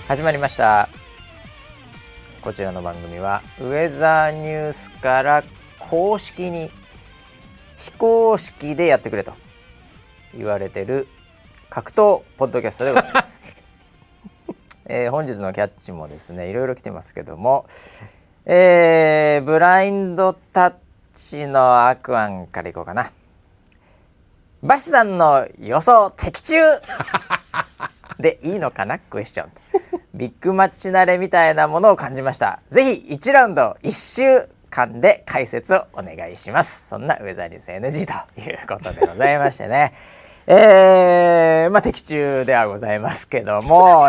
始まりました。こちらの番組はウェザーニュースから公式に非公式でやってくれと言われている格闘ポッドキャストでございます。本日のキャッチもですねいろいろ来てますけども、ブラインドタッチのアクアンからいこうかな。バシさんの予想的中でいいのかなクエスチョン。ビッグマッチ慣れみたいなものを感じました。ぜひ1ラウンド1週間で解説をお願いします。そんなウェザーニュース NG ということでございましてね的中ではございますけども、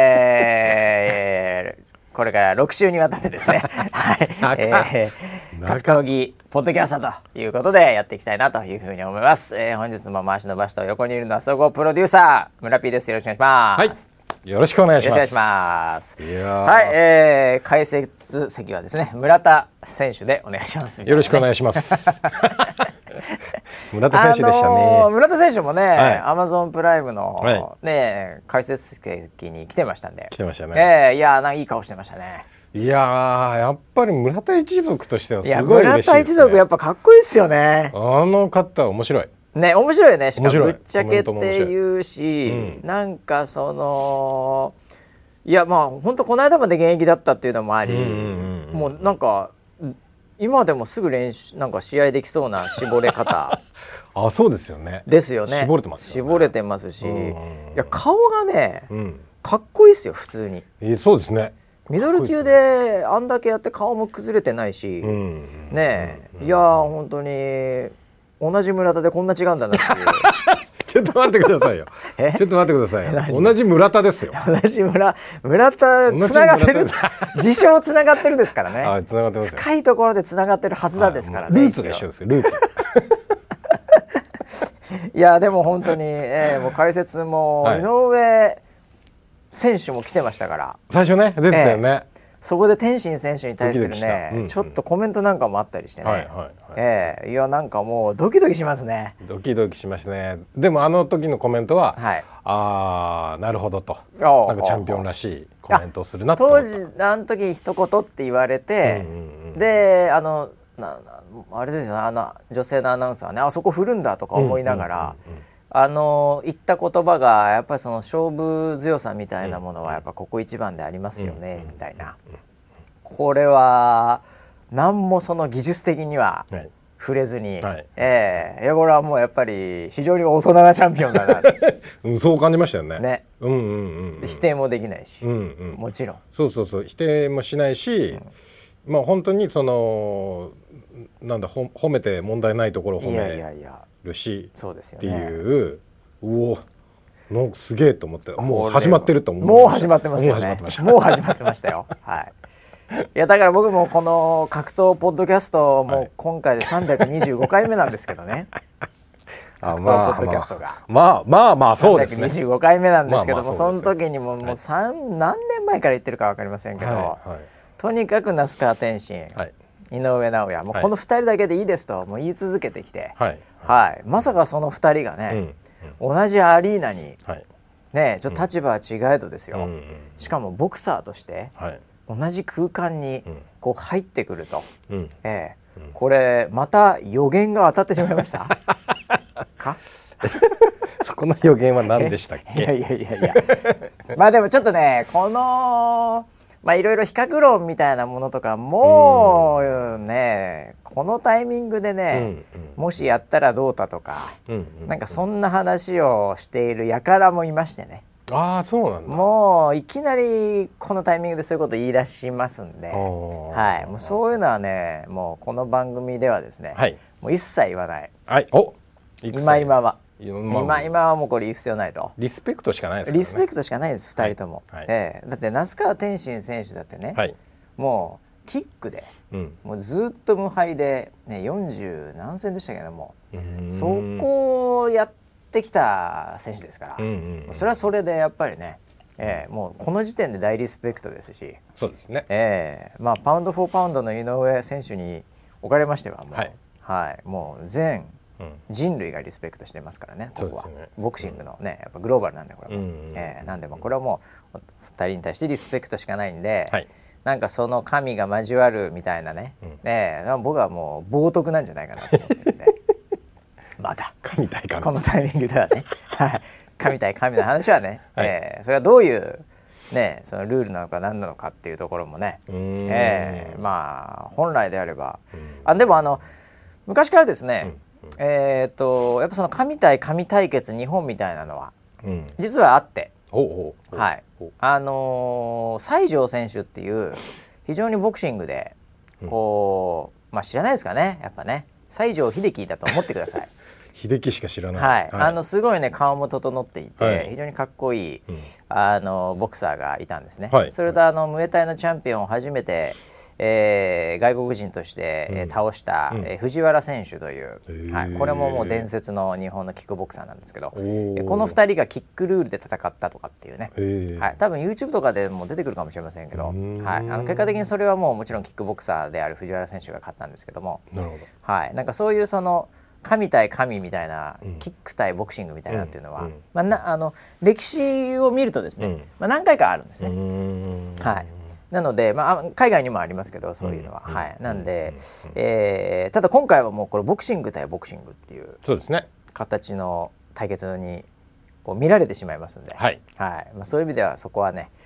これから6週にわたってですね、格闘技ポッドキャストということでやっていきたいなというふうに思います。本日も回しの場所と横にいるのは総合プロデューサー村 P です。よろしくお願いします。 はい、よろしくお願いします。 はい、解説席はですね村田選手でお願いします、ね、 よろしくお願いします村田選手でしたね。 村田選手もね、Amazon プライムの、ね、解説席に来てましたんで。 来てましたね。 いやいい顔してましたね。 いややっぱり村田一族としてはすごい嬉しいですね。 村田一族やっぱかっこいいですよね。 あの方面白いね、面白いよね。しかもぶっちゃけって言うし、なんかそのいやまあ本当この間まで現役だったっていうのもあり、もうなんか今でもすぐ練習なんか試合できそうな絞れ方あ、そうですよね。 ですよね。 絞れてますよね。 絞れてますし、いや顔がね、かっこいいですよ普通に。 そうですね。 ミドル級であんだけやって顔も崩れてないし、ねえ、いや本当に同じ村田でこんな違うんだなっていうちょっと待ってくださいよ。ちょっと待ってくださいよ。同じ村田ですよ。 同じ村田つながってる自称つながってるですからね。 つながってます。 深いところでつながってるはずなんですからね。 ルーツが一緒ですよ。ルーツいやでも本当に、もう解説も井上選手も来てましたから最初ね出てたよね。 そこで天心選手に対するね、ちょっとコメントなんかもあったりしてね、いやなんかもうドキドキしますね。 ドキドキしましたね。でもあの時のコメントは、なるほどと、なんかチャンピオンらしいコメントをするなって思った。 当時あの時一言って言われて、であれですよ、女性のアナウンサーね、あそこ振るんだとか思いながら、言った言葉がやっぱりその勝負強さみたいなものはやっぱここ一番でありますよね、みたいな。これは何もその技術的には触れずに、いやこれはもうやっぱり非常に大人なチャンピオンだなそう感じましたよね。 否定もできないし、もちろんそう否定もしないし、まあ本当にそのなんだ褒めて問題ないところを褒めるしっていう、なんかすげえと思って、もう始まってると思う。 もう始まってますよね。もう始まってましたよ。はい。いやだから僕もこの格闘ポッドキャストも今回で325回目なんですけどね。格闘ポッドキャストがまあそうですね。 325回目なんですけども、その時にもう何年前から言ってるか分かりませんけど、とにかく那須川天心、井上尚弥、もうこの2人だけでいいですともう言い続けてきて、まさかその2人がね、同じアリーナにね、ちょっと立場は違えどですよ、しかもボクサーとして同じ空間にこう入ってくると、これまた予言が当たってしまいましたかそこの予言は何でしたっけ？ いやまあでもちょっとね、このいろいろ比較論みたいなものとかもうね、このタイミングでね、もしやったらどうだとか、なんかそんな話をしている輩もいましてね。 そうなんだ。 もういきなりこのタイミングでそういうこと言い出しますんで、もうそういうのはね、もうこの番組ではですね、もう一切言わない。今はもうこれ言う必要ないと。 リスペクトしかないですからね。 リスペクトしかないです、2人とも。だって那須川天心選手だってね、もうキックで、もうずっと無敗で、ね、40何戦でしたけども、そこをやってきた選手ですから、それはそれでやっぱりね、もうこの時点で大リスペクトですし、 そうですね。 パウンド・フォー・パウンドの井上選手におかれましてはもう、もう全人類がリスペクトしてますからね、ここは、 ね、 ボクシングのねやっぱグローバルなんでこれも、なんでもこれはもう2人に対してリスペクトしかないんで、はい、なんかその神が交わるみたいなね、僕はもう冒涜なんじゃないかなと思ってるんでまだ神対神このタイミングではね神対神の話はね、はい、それはどういうね、そのルールなのか何なのかっていうところもね、まあ本来であれば、でも昔からですね、やっぱその神対神対決日本みたいなのは、実はあって、はい、西条選手っていう非常にボクシングでこう、まあ知らないですかね、やっぱね西条秀樹だと思ってください秀樹しか知らない、 はい、すごいね顔も整っていて、非常にかっこいい、ボクサーがいたんですね、それとムエタイのチャンピオンを初めて、外国人として、倒した、藤原選手という、はい、これももう伝説の日本のキックボクサーなんですけど、この2人がキックルールで戦ったとかっていうね、はい、多分 YouTube とかでも出てくるかもしれませんけど、はい、結果的にそれはもちろんキックボクサーである藤原選手が勝ったんですけども、 なるほど、 はい、なんかそういうその神対神みたいな、キック対ボクシングみたいなっていうのは、歴史を見るとですね、何回かあるんですね。はい、なので、海外にもありますけどそういうのは、はい、なんで、ただ今回はもうこれボクシング対ボクシングっていう形の対決にこう見られてしまいますので、はいはい、そういう意味ではそこはね、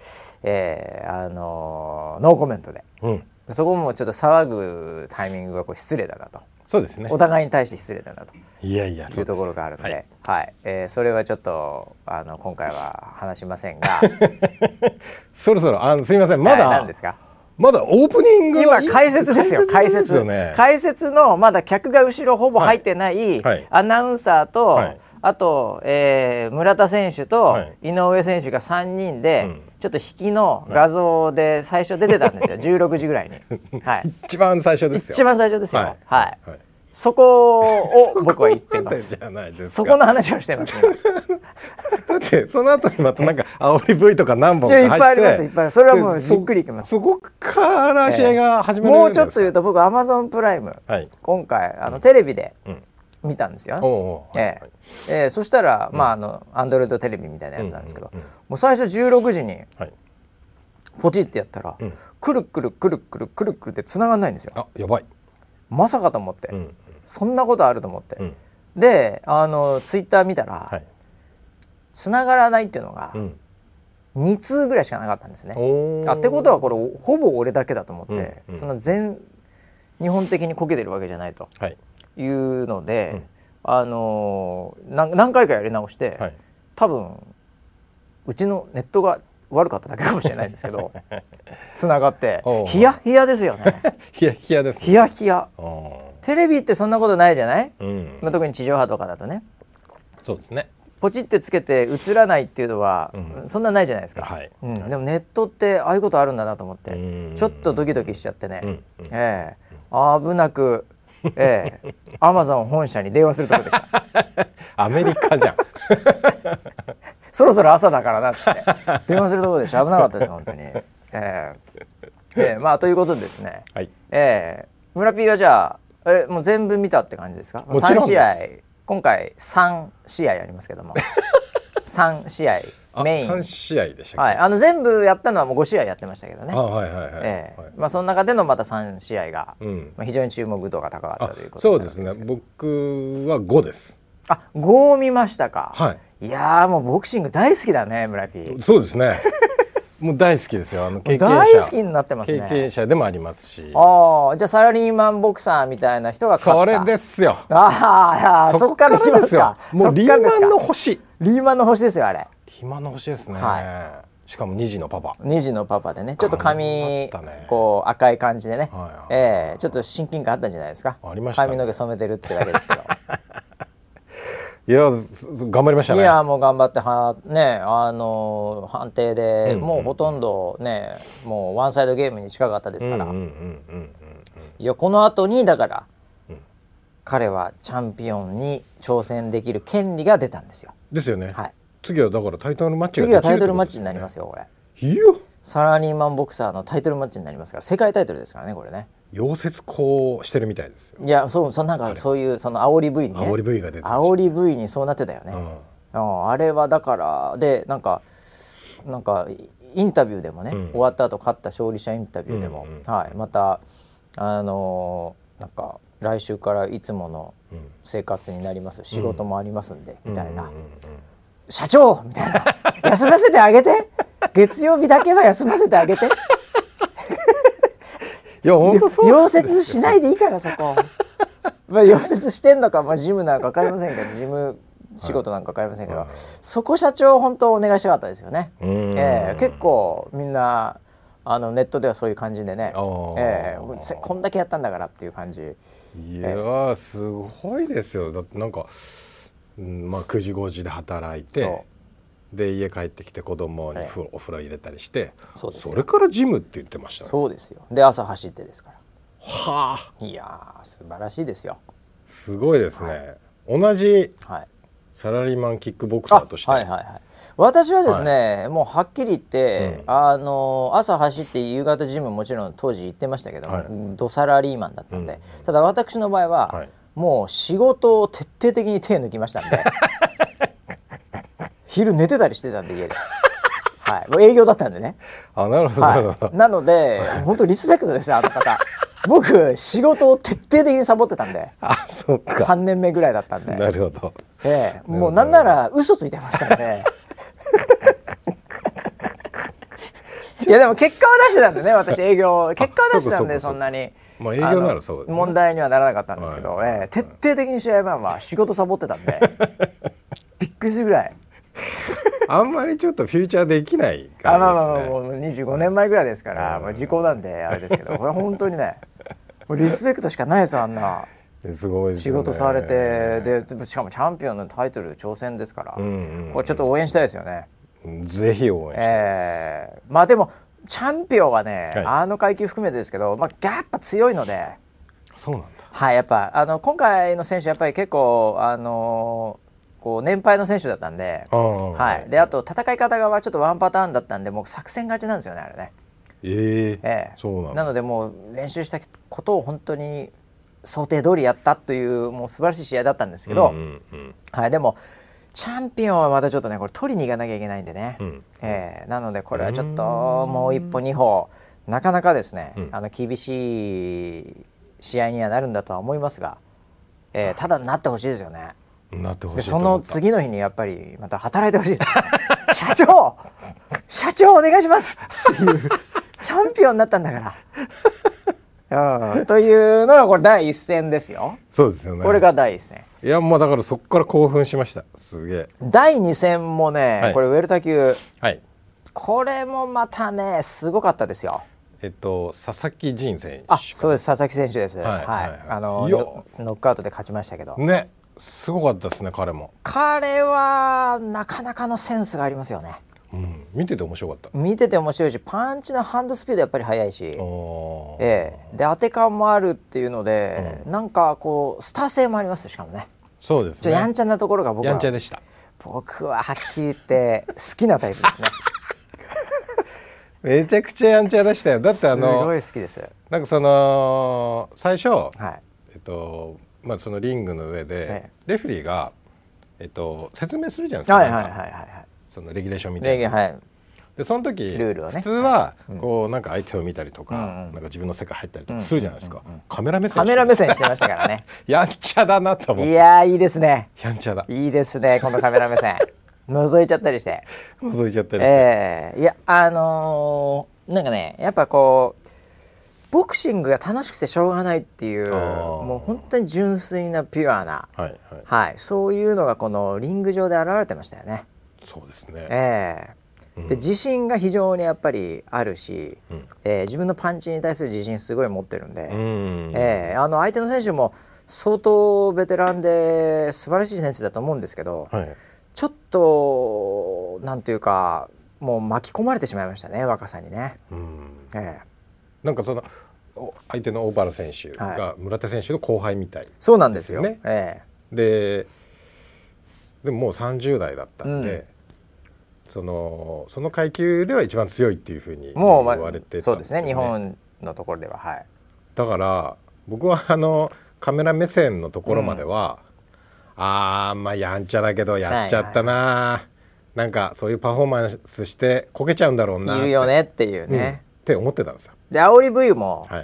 ノーコメントで、そこもちょっと騒ぐタイミングがこう失礼だなと。 そうですね、 お互いに対して失礼だなというところがあるので、はいはい、それはちょっと今回は話しませんがそろそろすみません、まだ、 何ですか、 まだオープニング今解説ですよ、解説、解説のまだ客が後ろほぼ入ってないアナウンサーと、あと、村田選手と井上選手が3人で、ちょっと引きの画像で最初出てたんですよ16時ぐらいに、はい、 一番最初ですよ、 一番最初ですよ、はいはい、そこを僕は言ってますそこの話をしてます、ね、 だってその後にまたなんか煽り V とか何本か入って、 いっぱいあります、いっぱい、それはもうじっくりいきます。 そこから試合が始まるんですか。 もうちょっと言うと僕 Amazon プライム、今回テレビで見たんですよ、そしたら、アンドロイドテレビみたいなやつなんですけど、もう最初16時にポチってやったら、くるくるくるくるくるくるって繋がんないんですよ。 あ、やばい、 まさかと思って、そんなことあると思って、でツイッター見たら、繋がらないっていうのが、2通ぐらいしかなかったんですね。ってことはこれほぼ俺だけだと思って、そんな全日本的にこけてるわけじゃないというので、何回かやり直して、多分うちのネットが悪かっただけかもしれないんですけどつながってヒヤヒヤですよねヒヤヒヤですね、 ヒヤヒヤ。テレビってそんなことないじゃない、特に地上波とかだとね。 そうですね、 ポチってつけて映らないっていうのは、そんなないじゃないですか、でもネットってああいうことあるんだなと思って、ちょっとドキドキしちゃってね、危なく、Amazon 本社に電話するとこでしたアメリカじゃんそろそろ朝だからなっつって電話するところでした。危なかったです本当に、ということでですね、村 P はじゃあもう全部見たって感じですか。3試合、今回3試合ありますけども3試合メイン 3試合でしたっけ。 全部やったのはもう5試合やってましたけどね。その中でのまた3試合が、非常に注目度が高かったということそうですね。僕は5です。 5を見ましたか。いやもうボクシング大好きだね村 P。 そうですねもう大好きですよ。経験者、 大好きになってますね。 経験者でもありますし。 じゃあサラリーマンボクサーみたいな人が勝った。 それですよ。 そっから来ますか。 もうリーマンの星。 リーマンの星ですよあれ。 リーマンの星ですね。しかも2児のパパ。 2児のパパでね、ちょっと髪こう赤い感じでね、ちょっと親近感あったんじゃないですか。 ありましたね。 髪の毛染めてるってだけですけど。 いや頑張りましたね。 いやもう頑張ってね、判定でもうほとんどね、もうワンサイドゲームに近かったですから。いやこの後にだから、彼はチャンピオンに挑戦できる権利が出たんですよ。 ですよね。次はだからタイトルマッチが次はタイトルマッチになりますよこれ。 いいよ。 サラリーマンボクサーのタイトルマッチになりますから、世界タイトルですからねこれね。 溶接工してるみたいですよ。 いやなんかそういうその煽り V にね、 煽り V が出てました。 煽り V にそうなってたよね、あれはだからでなんかインタビューでもね、終わった後勝った勝利者インタビューでも、はい、またなんか来週からいつもの生活になります、仕事もありますんで、みたいな、社長みたいな休ませてあげて月曜日だけは休ませてあげていや本当そう溶接しないでいいからそこまあ溶接してんのか、まあ、ジムなんか分かりませんけど、事務仕事なんか分かりませんけど、そこ社長本当お願いしたかったですよね。結構みんなネットではそういう感じでね、こんだけやったんだからっていう感じ。 いやすごいですよ。だってなんか、まあ、9時5時で働いて、で家帰ってきて子供にお風呂入れたりして、それからジムって言ってましたね。 そうですよ。で朝走ってですから。 はあ。 いや素晴らしいですよ。 すごいですね。同じサラリーマンキックボクサーとして、 私はですね、もうはっきり言って、朝走って夕方ジムもちろん当時行ってましたけども、ドサラリーマンだったんで、ただ私の場合は、もう仕事を徹底的に手抜きましたんで昼寝てたりしてたんで家ではい、もう営業だったんでね。 なるほど、なるほど。 なので、本当リスペクトですよ、あの方。僕仕事を徹底的にサボってたんで、 そうか。 3年目ぐらいだったんで。 なるほど。 もうなんなら嘘ついてましたんで。いやでも結果は出してたんでね、私営業結果は出してたんで、そんなに。 まあ営業ならそうですね。 問題にはならなかったんですけど、徹底的に試合前は仕事サボってたんでびっくりするぐらいあんまりちょっとフューチャーできない感じですね。 もう25年前ぐらいですから、もう時効なんであれですけど、これ本当にね、もうリスペクトしかないですよ、あんなすごいですね。 仕事されて、でしかもチャンピオンのタイトル挑戦ですから、これちょっと応援したいですよね。 ぜひ応援したいです。 まあでもチャンピオンはね、あの階級含めてですけど、やっぱ強いので。 そうなんだ。 はい、やっぱ今回の選手やっぱり結構こう年配の選手だったんで、はい、であと戦い方がちょっとワンパターンだったんで、もう作戦勝ちなんですよね、あれね。 そうなんだ。 なのでもう練習したことを本当に想定通りやったという、もう素晴らしい試合だったんですけど、はい、でもチャンピオンはまたちょっとね、これ取りに行かなきゃいけないんでね、なのでこれはちょっともう一歩二歩なかなかですね、厳しい試合にはなるんだとは思いますが、ただなってほしいですよね。 なってほしい。 その次の日にやっぱりまた働いてほしいです社長お願いしますっていうチャンピオンになったんだからというのがこれ第一戦ですよ。 そうですよね。 これが第一戦。 いや、まあだからそこから興奮しました。すげえ。 第二戦もね、これウェルタ級、これもまたねすごかったですよ。 佐々木仁選手。 そうです、佐々木選手です。ノックアウトで勝ちましたけどね、すごかったですね。 彼はなかなかのセンスがありますよね。 見てて面白かった。 見てて面白いし、パンチのハンドスピードやっぱり速いし、で当て感もあるっていうので、なんかこうスター性もあります。しかもね、 そうですね。 やんちゃなところがやんちゃでした。 僕ははっきり言って好きなタイプですね。 めちゃくちゃやんちゃでしたよ。だってすごい好きです。 なんか最初、まあそのリングの上で、レフェリーが説明するじゃないですか。そのレギュレーションみたいな。でその時ルールをね、普通はこうなんか相手を見たりとか、なんか自分の世界入ったりとかするじゃないですか。カメラ目線してましたからね。 やんちゃだなと思って。 いやいいですね。 やんちゃだ。 いいですね、このカメラ目線。覗いちゃったりして。いやなんかね、やっぱこうボクシングが楽しくてしょうがないっていう、もう本当に純粋なピュアな、そういうのがこのリング上で現れてましたよね。 そうですね。 で自信が非常にやっぱりあるし、自分のパンチに対する自信すごい持ってるんで、相手の選手も相当ベテランで素晴らしい選手だと思うんですけど、ちょっとなんていうかもう巻き込まれてしまいましたね、若さにね。 なんかその相手の大原選手が村田選手の後輩みたい、 そうなんですよね。 でももう30代だったんで、その階級では一番強いっていうふうに言われてたんですよね。 そうですね、日本のところでは。 だから僕はカメラ目線のところまでは、まあやんちゃだけどやっちゃったな、なんかそういうパフォーマンスしてこけちゃうんだろうなっているよねっていうね、 って思ってたんですよ。 で煽り V も、 はい、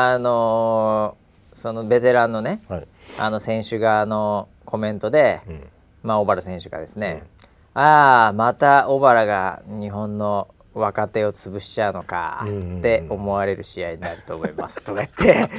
そのベテランのね、 はい、 選手側のコメントで、小原選手がですね、また小原が日本の若手を潰しちゃうのかって思われる試合になると思いますとか言って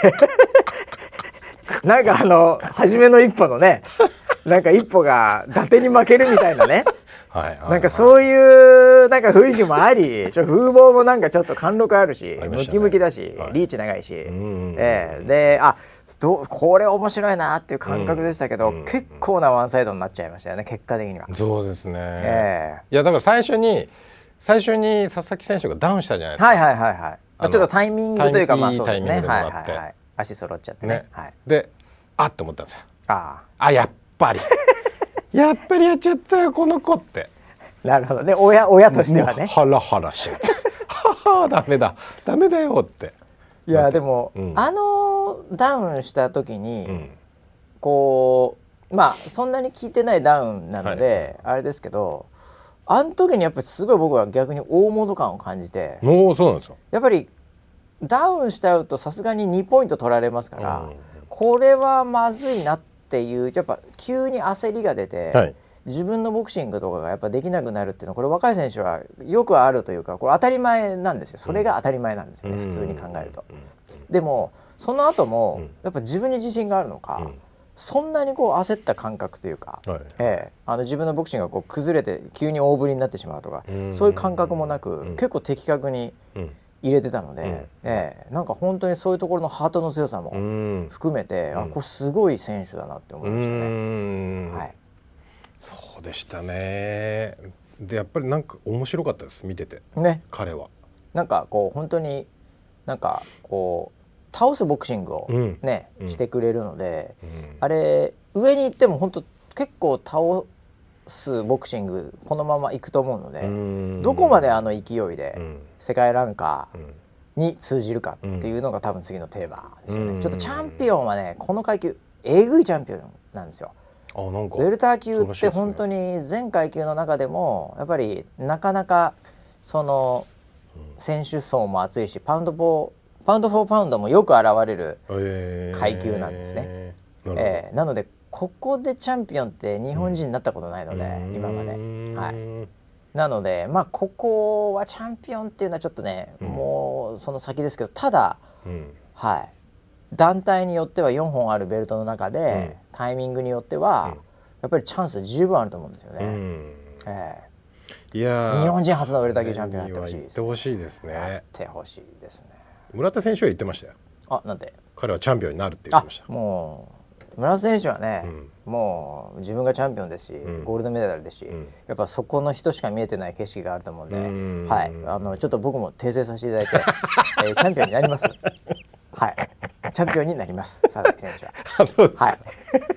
なんか初めの一歩のねなんか一歩が伊達に負けるみたいなねなんかそういうなんか雰囲気もあり風貌もなんかちょっと貫禄あるし、ムキムキだし、リーチ長いし、でこれ面白いなっていう感覚でしたけど、結構なワンサイドになっちゃいましたよね結果的には。 そうですね、いやだから最初に佐々木選手がダウンしたじゃないですか。 ちょっとタイミングというかそうですね、足揃っちゃってね。 でと思ったんですよ。やっぱりやっっちゃったよこの子って。 なるほどね、親としてはねハラハラしちゃってダメだよって。 いやでも、ダウンした時に、こうそんなに効いてないダウンなので、あれですけど、あの時にやっぱりすごい僕は逆に大物感を感じて、 そうなんですよ。 やっぱりダウンしちゃうとさすがに2ポイント取られますから、これはまずいなっていうやっぱ急に焦りが出て、自分のボクシングとかがやっぱできなくなるっていうのはこれ若い選手はよくあるというか、これ当たり前なんですよ。それが当たり前なんですよね、普通に考えると。でもその後もやっぱ自分に自信があるのか、そんなにこう焦った感覚というか、自分のボクシングがこう崩れて急に大振りになってしまうとか、そういう感覚もなく、結構的確に入れてたので、なんか本当にそういうところのハートの強さも含めて、これすごい選手だなって思いましたね。 そうでしたね。でやっぱりなんか面白かったです見てて、彼はなんかこう本当になんかこう倒すボクシングをね、してくれるので、あれ上に行っても本当結構倒すボクシングこのまま行くと思うので、どこまで勢いで世界ランカーに通じるかっていうのが多分次のテーマですよね。ちょっとチャンピオンはね、この階級えぐいチャンピオンなんですよ。 なんかウェルター級って本当に全階級の中でもやっぱりなかなかその選手層も厚いし、パウンドフォーパウンドもよく現れる階級なんですね。なのでここでチャンピオンって日本人になったことないので、今まで。なのでここはチャンピオンっていうのはちょっとね、もうその先ですけど、ただ、団体によっては4本あるベルトの中で、タイミングによってはやっぱりチャンス十分あると思うんですよね。 いや日本人初のウェルター級チャンピオンになってほしいです。 やってほしいですね。 やってほしいですね。 村田選手は言ってましたよ。 なんで彼はチャンピオンになるって言ってました。 もう村田選手はね、もう自分がチャンピオンですし、ゴールドメダルですし、やっぱそこの人しか見えてない景色があると思うんで、ちょっと僕も訂正させていただいて、チャンピオンになります。チャンピオンになります佐々木選手は。 そうですか。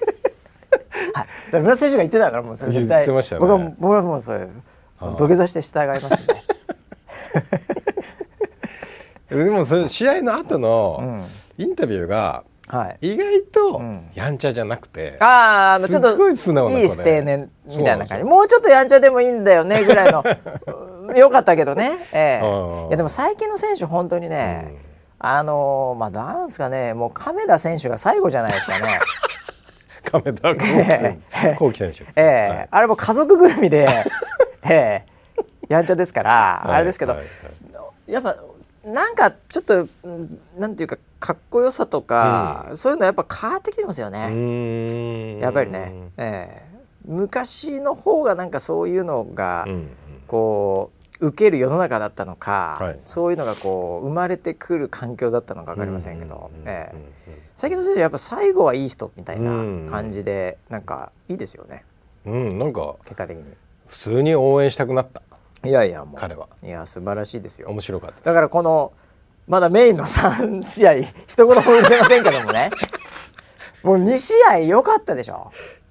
村田選手が言ってたから、もうそれ絶対僕はもうそれ土下座して従いますんで。 でもそれ試合の後のインタビューが意外とやんちゃじゃなくて、 ちょっといい青年みたいな感じ、もうちょっとやんちゃでもいいんだよねぐらいのよかったけどね。いやでも最近の選手本当にね、なんですかね、もう亀田選手が最後じゃないですかね。 亀田光輝選手、 あれも家族ぐるみでやんちゃですから、あれですけど、やっぱなんかちょっとなんていうかかっこよさとか、そういうのやっぱ変わってきてますよね。やっぱりね、昔の方がなんかそういうのがこう受ける世の中だったのか、そういうのがこう生まれてくる環境だったのか分かりませんけど、最近の選手はやっぱ最後はいい人みたいな感じで、なんかいいですよね。 なんか結果的に普通に応援したくなった。 いやいや、もう彼は素晴らしいですよ。 面白かった。 だからこのまだメインの3試合一言も言ってませんけどもねもう2試合良かったでしょ。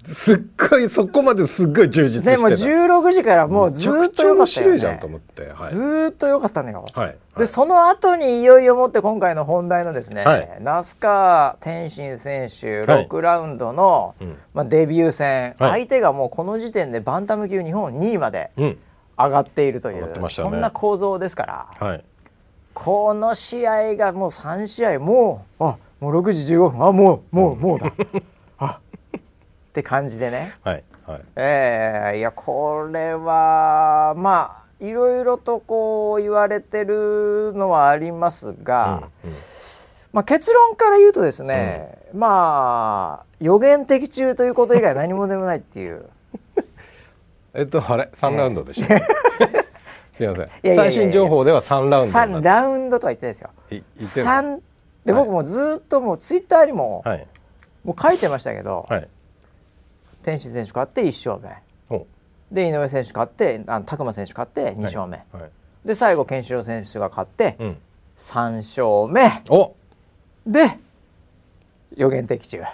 すっごいそこまですっごい充実してた。 でも16時からもうずっと良かったよね。 面白いじゃんと思って、はい、 ずっと良かったのよ、 はいはい、 でその後にいよいよもって今回の本題のですね、 はい、 那須川天心選手6ラウンドの、デビュー戦、はい、相手がもうこの時点でバンタム級日本2位まで上がっているという、そんな構造ですから、はい、この試合がもう3試合もう6時15分もうだあって感じでね、はいはい、いやこれはまあいろいろとこう言われてるのはありますが、結論から言うとですね、まあ予言的中ということ以外何もでもないっていうあれ3ラウンドでした、すいません、最新情報では3ラウンド 3ラウンドとは言ってないですよ。3で、僕もずっともうツイッターにも、もう書いてましたけど、天心選手勝って1勝目で、井上選手勝って拓磨選手勝って2勝目、で最後ケンシロウ選手が勝って3勝目、で予言的中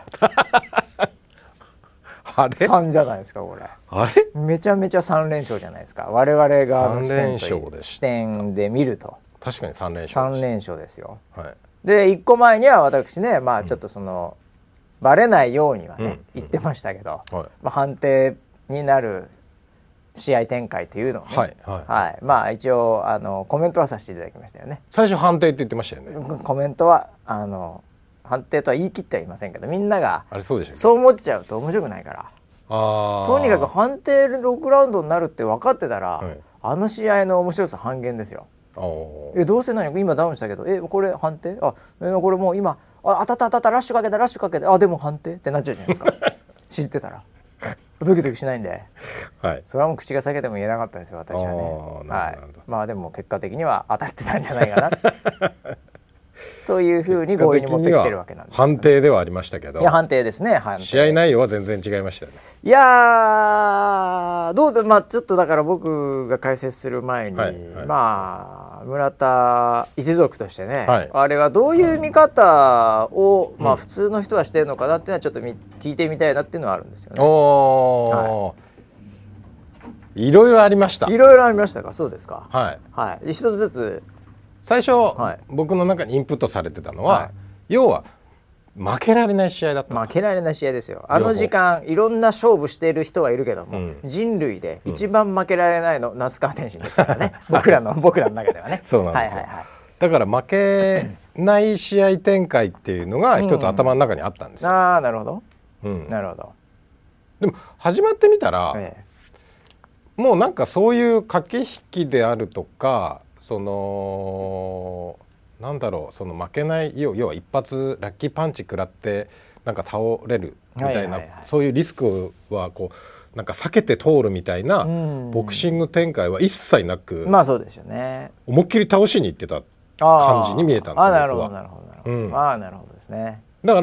あれ 3じゃないですかこれ。 あれめちゃめちゃ3連勝じゃないですか、我々が視点で見ると。 確かに3連勝ですよ、で1個前には私ね、ちょっとその、バレないようにはね、言ってましたけど、判定になる試合展開というのをね、一応コメントはさせていただきましたよね。 最初判定って言ってましたよね。 コメントは判定とは言い切ってはいませんけど、みんながそう思っちゃうと面白くないから、とにかく判定6ラウンドになるって分かってたら、あの試合の面白さ半減ですよ。どうせ今ダウンしたけどこれ判定これもう今当たったラッシュかけてでも判定ってなっちゃうじゃないですか知ってたらドキドキしないんで、それはもう口が裂けても言えなかったですよ私はね。でも結果的には当たってたんじゃないかなというふうに強引に持ってきてるわけなんです、 判定ではありましたけど、 いや判定ですね。 試合内容は全然違いましたよね。 いやどうでちょっとだから僕が解説する前に、村田一族としてね、あれがどういう見方を、普通の人はしてるのかなっていうのはちょっと聞いてみたいなっていうのはあるんですよね。 いろいろありました。 いろいろありましたか。そうですか。一つずつ最初、僕の中にインプットされてたのは、要は負けられない試合だった。 負けられない試合ですよ。あの時間いろんな勝負している人はいるけども、人類で一番負けられないの那須川天心でしたからね僕らの中ではね。 そうなんですよ、だから負けない試合展開っていうのが一つ頭の中にあったんですよ。 なるほど、なるほど。 でも始まってみたら、もうなんかそういう駆け引きであるとか、そのなんだろう、その負けない要は一発ラッキーパンチ食らってなんか倒れるみたいな、そういうリスクはこうなんか避けて通るみたいなボクシング展開は一切なく、 そうですよね。 思いっきり倒しにいってた感じに見えたんですよ。 なるほどなるほどなるほどですね。 だから、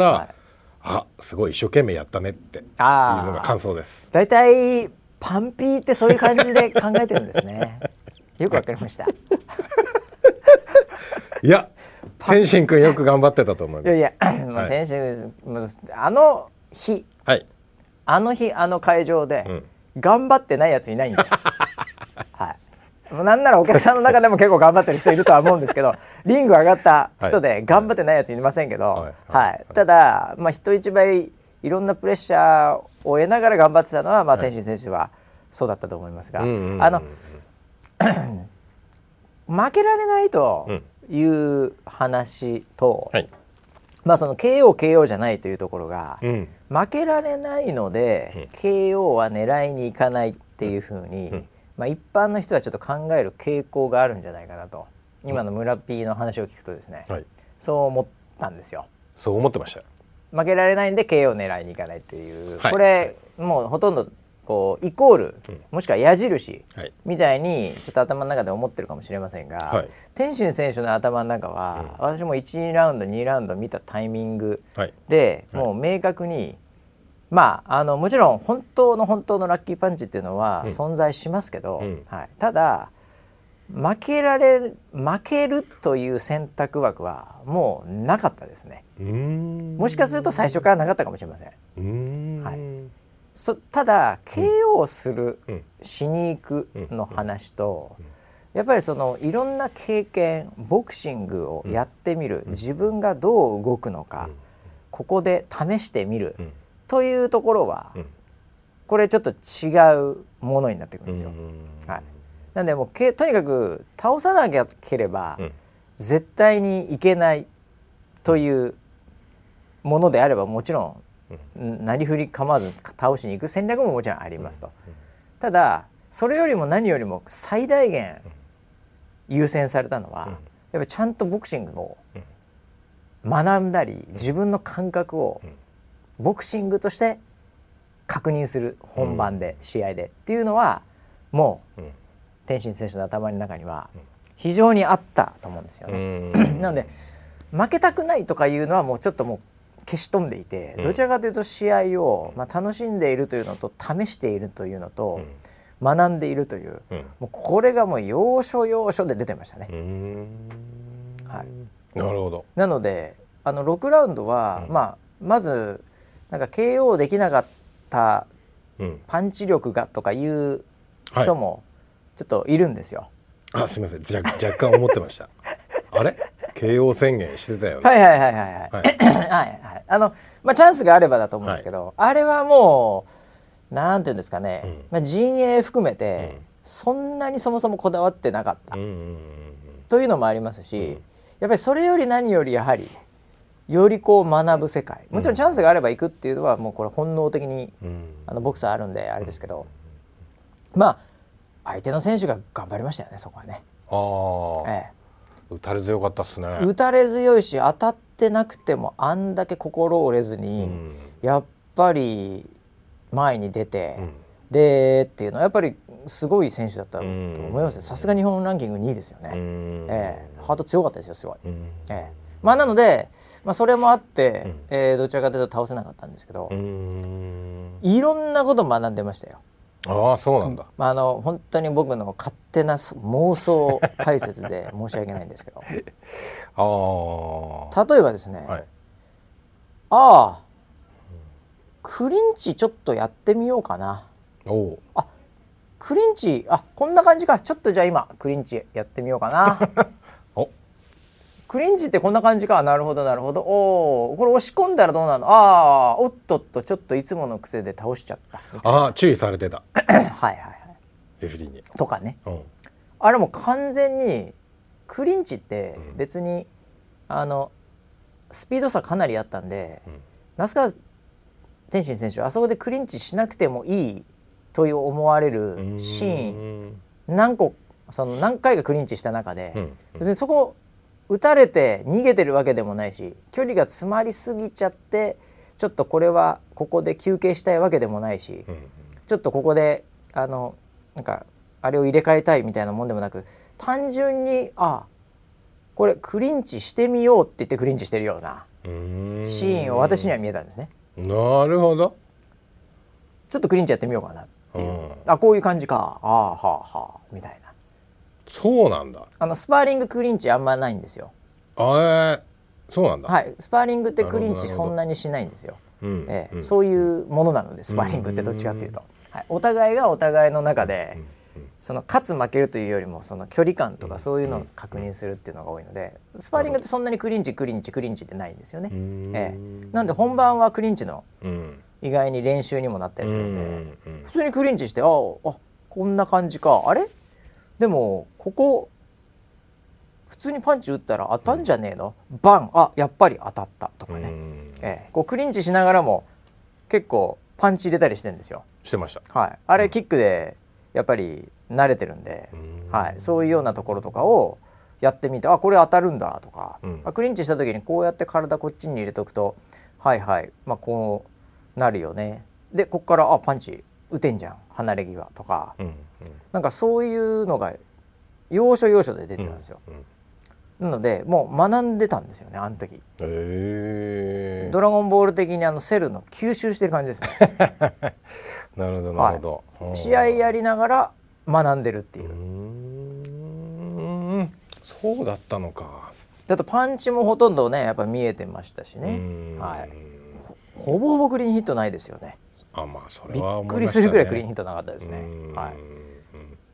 すごい一生懸命やったねっていうのが感想です。 だいたいパンピーってそういう感じで考えてるんですねよくわかりましたいや天心君よく頑張ってたと思います。 いや天心君あの日あの会場で頑張ってないやついないんでなんならお客さんの中でも結構頑張ってる人いるとは思うんですけどリング上がった人で頑張ってないやついませんけど、ただ人一倍いろんなプレッシャーを得ながら頑張ってたのは、天心選手はそうだったと思いますが、負けられないという話と、その KO じゃないというところが、負けられないので、KO は狙いに行かないっていうふうに、一般の人はちょっと考える傾向があるんじゃないかなと、今の村 P の話を聞くとですね、そう思ったんですよ。 そう思ってました。 負けられないんで KO を狙いに行かないっていう、これもうほとんどこうイコール、もしくは矢印みたいにちょっと頭の中で思ってるかもしれませんが、天心選手の頭の中は、私も 1ラウンド2ラウンド見たタイミングで、もう明確にもちろん本当のラッキーパンチっていうのは存在しますけど、ただ負けるという選択枠はもうなかったですね。もしかすると最初からなかったかもしれません。 ただ KO する、しに行くの話と、やっぱりそのいろんな経験ボクシングをやってみる、自分がどう動くのか、ここで試してみる、というところは、これちょっと違うものになってくるんですよ。はい、なんでもうとにかく倒さなければ、絶対にいけないというものであれば、もちろんなりふり構わず倒しに行く戦略ももちろんありますと。ただそれよりも何よりも最大限優先されたのは、やっぱりちゃんとボクシングを学んだり、自分の感覚をボクシングとして確認する、本番で、試合でっていうのはもう、天心選手の頭の中には非常にあったと思うんですよね。なので負けたくないとかいうのはもうちょっともう消し飛んでいて、どちらかというと試合を、楽しんでいるというのと試しているというのと、学んでいるという、もうこれがもう要所要所で出てましたね。はい、 なるほど。 なので6ラウンドは、まずなんか KO できなかったパンチ力がとかいう人もちょっといるんですよ。 あ、すみません、若干思ってましたあれ KO 宣言してたよね。 はいはいはいはいはいはい、チャンスがあればだと思うんですけど、あれはもうなんていうんですかね、陣営含めて、そんなにそもそもこだわってなかった、というのもありますし、やっぱりそれより何よりやはりよりこう学ぶ世界、もちろんチャンスがあれば行くっていうのはもうこれ本能的に、ボクサーあるんであれですけど、相手の選手が頑張りましたよね、そこはね。打たれ強かったっすね。 打たれ強いし、当たってなくてもあんだけ心折れずに、やっぱり前に出て、でっていうのはやっぱりすごい選手だったと思います。さすが日本ランキング2位ですよね。ハート強かったですよ、すごい。なので、それもあって、どちらかというと倒せなかったんですけど、いろんなことを学んでましたよ。 ああ、そうなんだ。 本当に僕の勝手な妄想解説で申し訳ないんですけど例えばですね、クリンチちょっとやってみようかな。クリンチこんな感じか、ちょっとじゃあ今クリンチやってみようかなクリンチってこんな感じか、なるほどなるほど、これ押し込んだらどうなの、おっとっとちょっといつもの癖で倒しちゃった注意されてたはいはいはい、 レフェリーにとかね、あれも完全にクリンチって別に、スピード差かなりあったんで、那須川天心選手はあそこでクリンチしなくてもいいという思われるシーン何回かクリンチした中で、別にそこ打たれて逃げてるわけでもないし、距離が詰まりすぎちゃってちょっとこれはここで休憩したいわけでもないし、ちょっとここでなんかあれを入れ替えたいみたいなもんでもなく、単純にこれクリンチしてみようって言ってクリンチしてるようなシーンを私には見えたんですね。 なるほど。 ちょっとクリンチやってみようかなっていう、こういう感じか、みたいな。 そうなんだ。 スパーリングクリンチあんまないんですよ。 そうなんだ。 はい、スパーリングってクリンチそんなにしないんですよ。そういうものなので、スパーリングってどっちかっていうと、お互いがお互いの中で、その勝つ負けるというよりもその距離感とかそういうのを確認するっていうのが多いので、スパーリングってそんなにクリンチってないんですよね。なんで本番はクリンチの意外に練習にもなったりするので、普通にクリンチしてこんな感じか、あれでもここ普通にパンチ打ったら当たんじゃねえの、バン、やっぱり当たったとかね、こうクリンチしながらも結構パンチ入れたりしてるんですよ。 してました。 あれキックでやっぱり慣れてるんで、そういうようなところとかをやってみて、これ当たるんだとか、クリンチした時にこうやって体こっちに入れておくとこうなるよね、でこっからパンチ打てんじゃん、離れ際とか、なんかそういうのが要所要所で出てたんですよ。なのでもう学んでたんですよね、あの時。ドラゴンボール的にセルの吸収してる感じですねなるほどなるほど、 試合やりながら学んでるっていう。 そうだったのか。 だとパンチもほとんどねやっぱ見えてましたしね、ほぼほぼクリーンヒットないですよね。 あ、まあそれは思いましたね。 びっくりするぐらいクリーンヒットなかったですね。はい、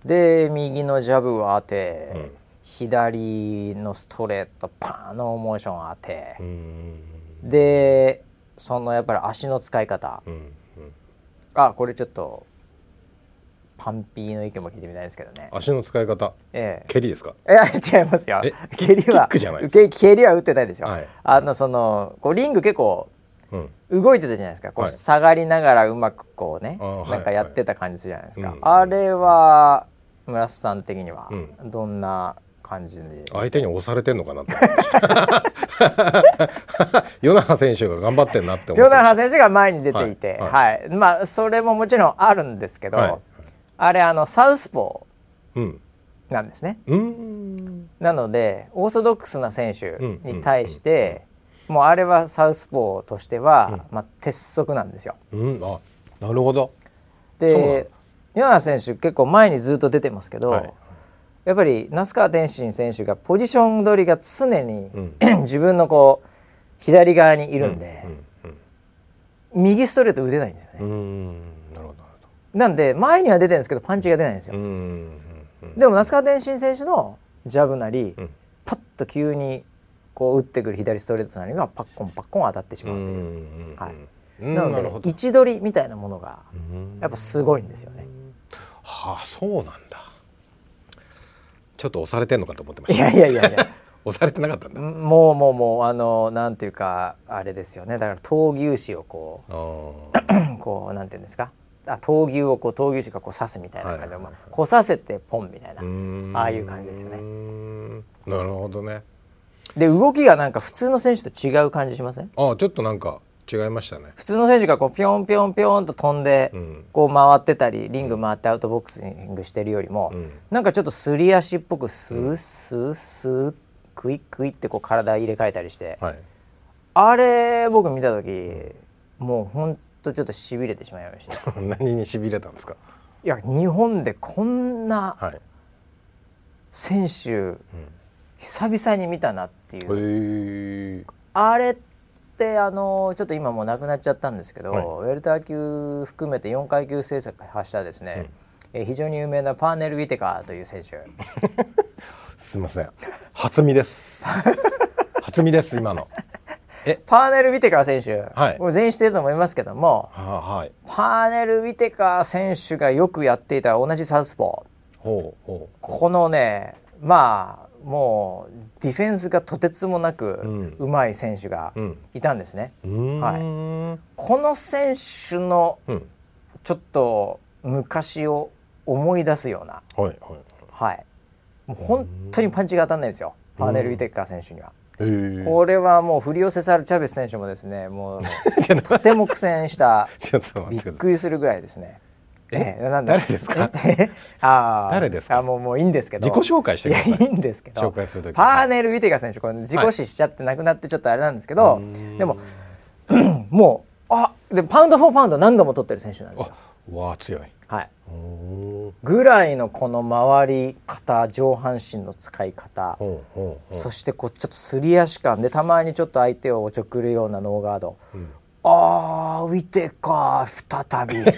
で右のジャブを当て、左のストレートパーンのモーションを当て、でそのやっぱり足の使い方、あ、これちょっとパンピーの意見も聞いてみたいですけどね。 足の使い方、蹴りですか？ いや違いますよ。蹴りはキックじゃないですか。 蹴りは打ってないですよ。 はい、 そのこうリング結構動いてたじゃないですか。こう下がりながらうまくこうね、なんかやってた感じするじゃないですか。あれは村瀬さん的にはどんな感じで？ 相手に押されてんのかなって思いました与那覇選手が頑張ってんなって思って。 与那覇選手が前に出ていて、はいまあそれももちろんあるんですけど、あれサウスポーなんですね。なのでオーソドックスな選手に対して、もうあれはサウスポーとしては、まあ、鉄則なんですよ。 あ、なるほど。 で与那覇選手結構前にずっと出てますけど、やっぱり那須川天心選手がポジション取りが常に、自分のこう左側にいるんで、右ストレート打てないんですよね。 なるほど。 なんで前には出てるんですけどパンチが出ないんですよ。でも那須川天心選手のジャブなり、パッと急にこう打ってくる左ストレートなりがパッコンパッコン当たってしまうという、なので位置取りみたいなものがやっぱすごいんですよね。 はあ、そうなんだ。ちょっと押されてんのかと思ってました。 いや押されてなかったんだ。 もうなんていうかあれですよね。だから闘牛士をこうこうなんていうんですか、闘牛をこう闘牛士がこう刺すみたいな感じで、こさせてポンみたいな、ああいう感じですよね。 なるほどね。 で動きがなんか普通の選手と違う感じしません？ ちょっとなんか違いましたね。 普通の選手がこうピョンピョンピョンと飛んで、こう回ってたりリング回ってアウトボックスにングしてるよりも、なんかちょっとすり足っぽくスースースークイックイってこう体入れ替えたりして、あれ僕見た時もうほんとちょっとしびれてしまいました。 何にしびれたんですか？ いや日本でこんな選手、久々に見たなっていう。あれってちょっと今もうなくなっちゃったんですけど、ウェルター級含めて4階級制作発したですね、非常に有名なパーネル・ウィテカーという選手すいません、初見です初見です今の。 パーネル・ウィテカー選手、もう全員知ってると思いますけども、パーネル・ウィテカー選手がよくやっていた同じサウスポー、このね、まあもうディフェンスがとてつもなくうまい選手がいたんですね。この選手のちょっと昔を思い出すような、もう本当にパンチが当たんないですよ、パーネル・ウィテカー選手には。これはもうフリオ・セサール・チャベス選手もですね、もうとても苦戦したびっくりするぐらいですね。 誰ですか？誰ですか？ もういいんですけど、 自己紹介してください。 いいんですけど、 紹介する時パーネル・ウィテカー選手、これ自己死しちゃって亡くなってちょっとあれなんですけど、でももうでパウンド・フォー・パウンド何度も取ってる選手なんですよ。 わあ強い。 ぐらいのこの回り方、上半身の使い方、そしてこうちょっとすり足感でたまにちょっと相手をおちょくるようなノーガード、ウィテカー再び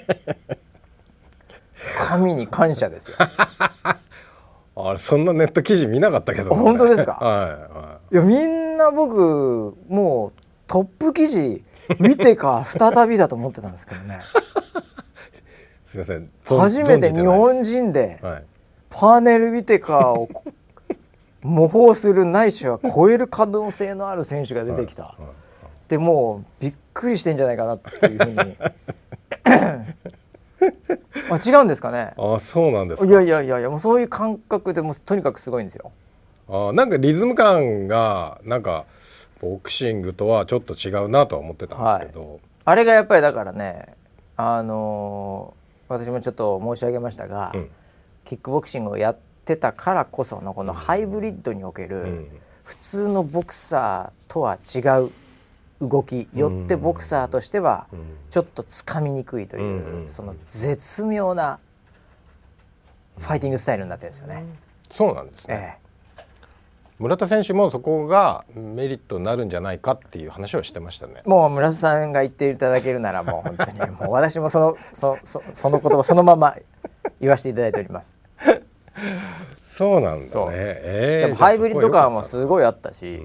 神に感謝ですよそんなネット記事見なかったけど、 本当ですか？いやみんな僕もうトップ記事ウィテカー再びだと思ってたんですけどねすいません、 初めて日本人でパーネル・ウィテカーを模倣するないしは超える可能性のある選手が出てきた。でもうびっくりしてんじゃないかなっていうふうに違うんですかね。 そうなんですか。 いやもうそういう感覚でもとにかくすごいんですよ。 なんかリズム感がなんかボクシングとはちょっと違うなとは思ってたんですけど、 あれがやっぱりだからね、私もちょっと申し上げましたが、キックボクシングをやってたからこそのこのハイブリッドにおける普通のボクサーとは違う動きよってボクサーとしてはちょっとつかみにくいという、その絶妙なファイティングスタイルになってるんですよね。 そうなんですね。 村田選手もそこがメリットになるんじゃないかっていう話をしてましたね。 もう村田さんが言っていただけるならもう本当にもう私もその言葉そのまま言わせていただいております。 そうなんだね。 でもハイブリッド感もすごいあったし、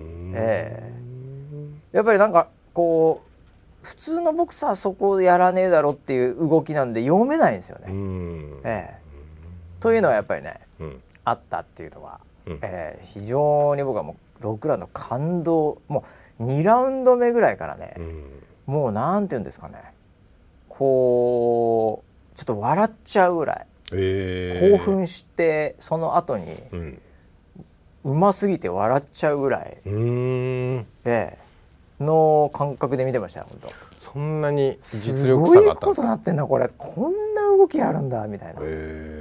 やっぱりなんかこう普通のボクサーそこやらねえだろっていう動きなんで読めないんですよね。というのはやっぱりね、あったっていうのは、非常に僕はもう6ラウンド感動、もう2ラウンド目ぐらいからね、もうなんていうんですかね、こうちょっと笑っちゃうぐらい、興奮してその後に、うますぎて笑っちゃうぐらい、の感覚で見てましたよ。本当そんなに実力差があったんですか。すごいことなってんだこれ、こんな動きあるんだみたいな、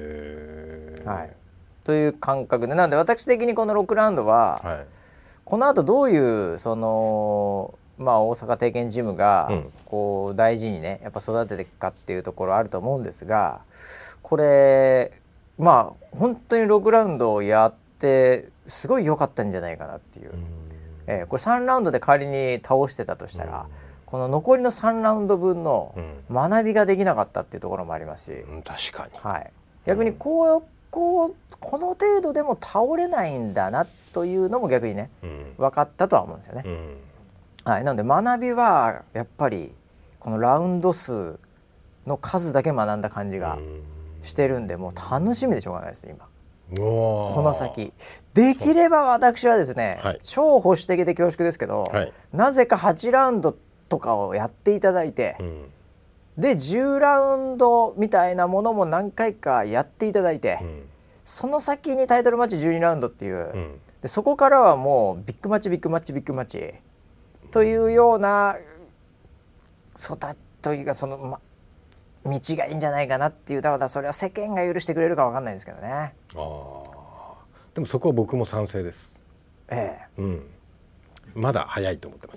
という感覚で、なんで私的にこの6ラウンドは、この後どういうその大阪帝拳ジムがこう大事にねやっぱ育てていくかっていうところあると思うんですが、これ本当に6ラウンドをやってすごい良かったんじゃないかなっていう、これ3ラウンドで仮に倒してたとしたら、この残りの3ラウンド分の学びができなかったっていうところもありますし、 確かに、 逆にこの程度でも倒れないんだなというのも逆にね、分かったとは思うんですよね。なので学びはやっぱりこのラウンド数の数だけ学んだ感じがしてるんで、もう楽しみでしょうがないです今。この先できれば私はですね、超保守的で恐縮ですけど、なぜか8ラウンドとかをやっていただいて、で10ラウンドみたいなものも何回かやっていただいて、その先にタイトルマッチ12ラウンドっていう、でそこからはもうビッグマッチビッグマッチビッグマッチというようなというかその、道がいいんじゃないかなっていう。だからそれは世間が許してくれるか分かんないですけどね。 でもそこは僕も賛成です。まだ早いと思ってます。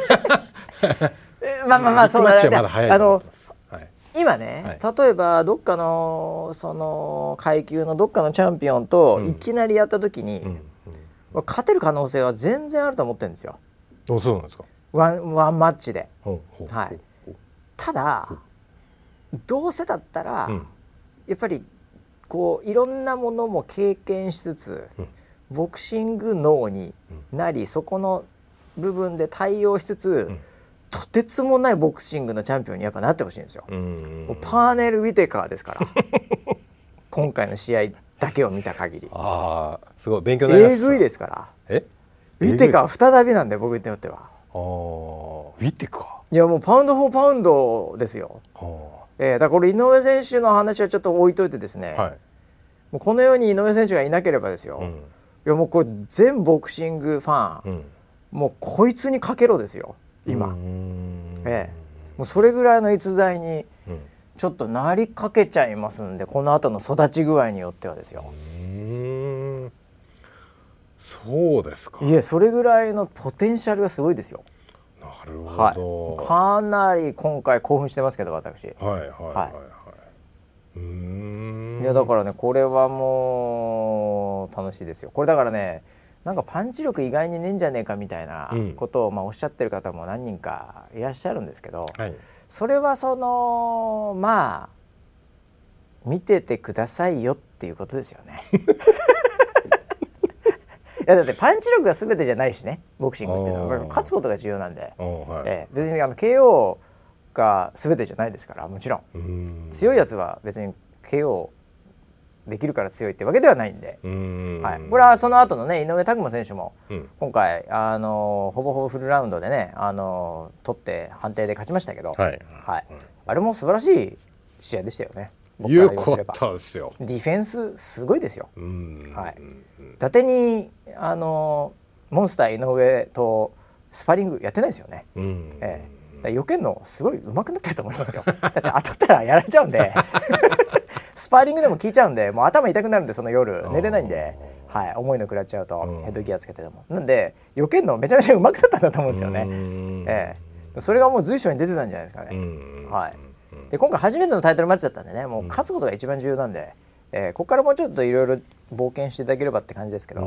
そうだね。 まだ早いと思ってます。 今ね、例えばどっかのその階級のどっかのチャンピオンといきなりやった時に、勝てる可能性は全然あると思ってるんですよ。 そうなんですか。 ワンマッチで。ただどうせだったら、やっぱりこういろんなものも経験しつつ、ボクシング脳になり、そこの部分で対応しつつ、とてつもないボクシングのチャンピオンにやっぱなってほしいんですよ。もうパーネル・ウィテカーですから今回の試合だけを見た限り、 すごい勉強になります。 えぐいですから。ウィテカー再びなんで、僕にとっては。 ウィテカー、 いやもうパウンド・フォー・パウンドですよ。だからこれ井上選手の話はちょっと置いといてですね、もうこのように井上選手がいなければですよ、いやもうこれ全ボクシングファン、もうこいつにかけろですよ今。もうそれぐらいの逸材にちょっとなりかけちゃいますんで、この後の育ち具合によってはですよ。 そうですか。 いやそれぐらいのポテンシャルがすごいですよ。 なるほど、 かなり今回興奮してますけど私。いやだからね、これはもう楽しいですよ。これだからね、なんかパンチ力意外にねえんじゃねえかみたいなことをおっしゃってる方も何人かいらっしゃるんですけど、それはその見ててくださいよっていうことですよね。いやだってパンチ力が全てじゃないしね、ボクシングっていうのは勝つことが重要なんで、別にKO が全てじゃないですから、もちろん強いやつは別に KO できるから強いってわけではないんで、これはその後のね井上拓磨選手も今回ほぼほぼフルラウンドでね取って判定で勝ちましたけど、あれも素晴らしい試合でしたよね。 よかったですよ。 ディフェンスすごいですよ。伊達にモンスター井上とスパリングやってないですよね。避けるのすごい上手くなってると思いますよ。だって当たったらやられちゃうんでスパーリングでも効いちゃうんで、もう頭痛くなるんで、その夜寝れないんで、重いの食らっちゃうとヘッドギアつけてでも、なんで避けるのめちゃめちゃ上手くなったんだと思うんですよね。それがもう随所に出てたんじゃないですかね。で今回初めてのタイトルマッチだったんでね、もう勝つことが一番重要なんで、 ここからもうちょっといろいろ冒険していただければって感じですけど、はい、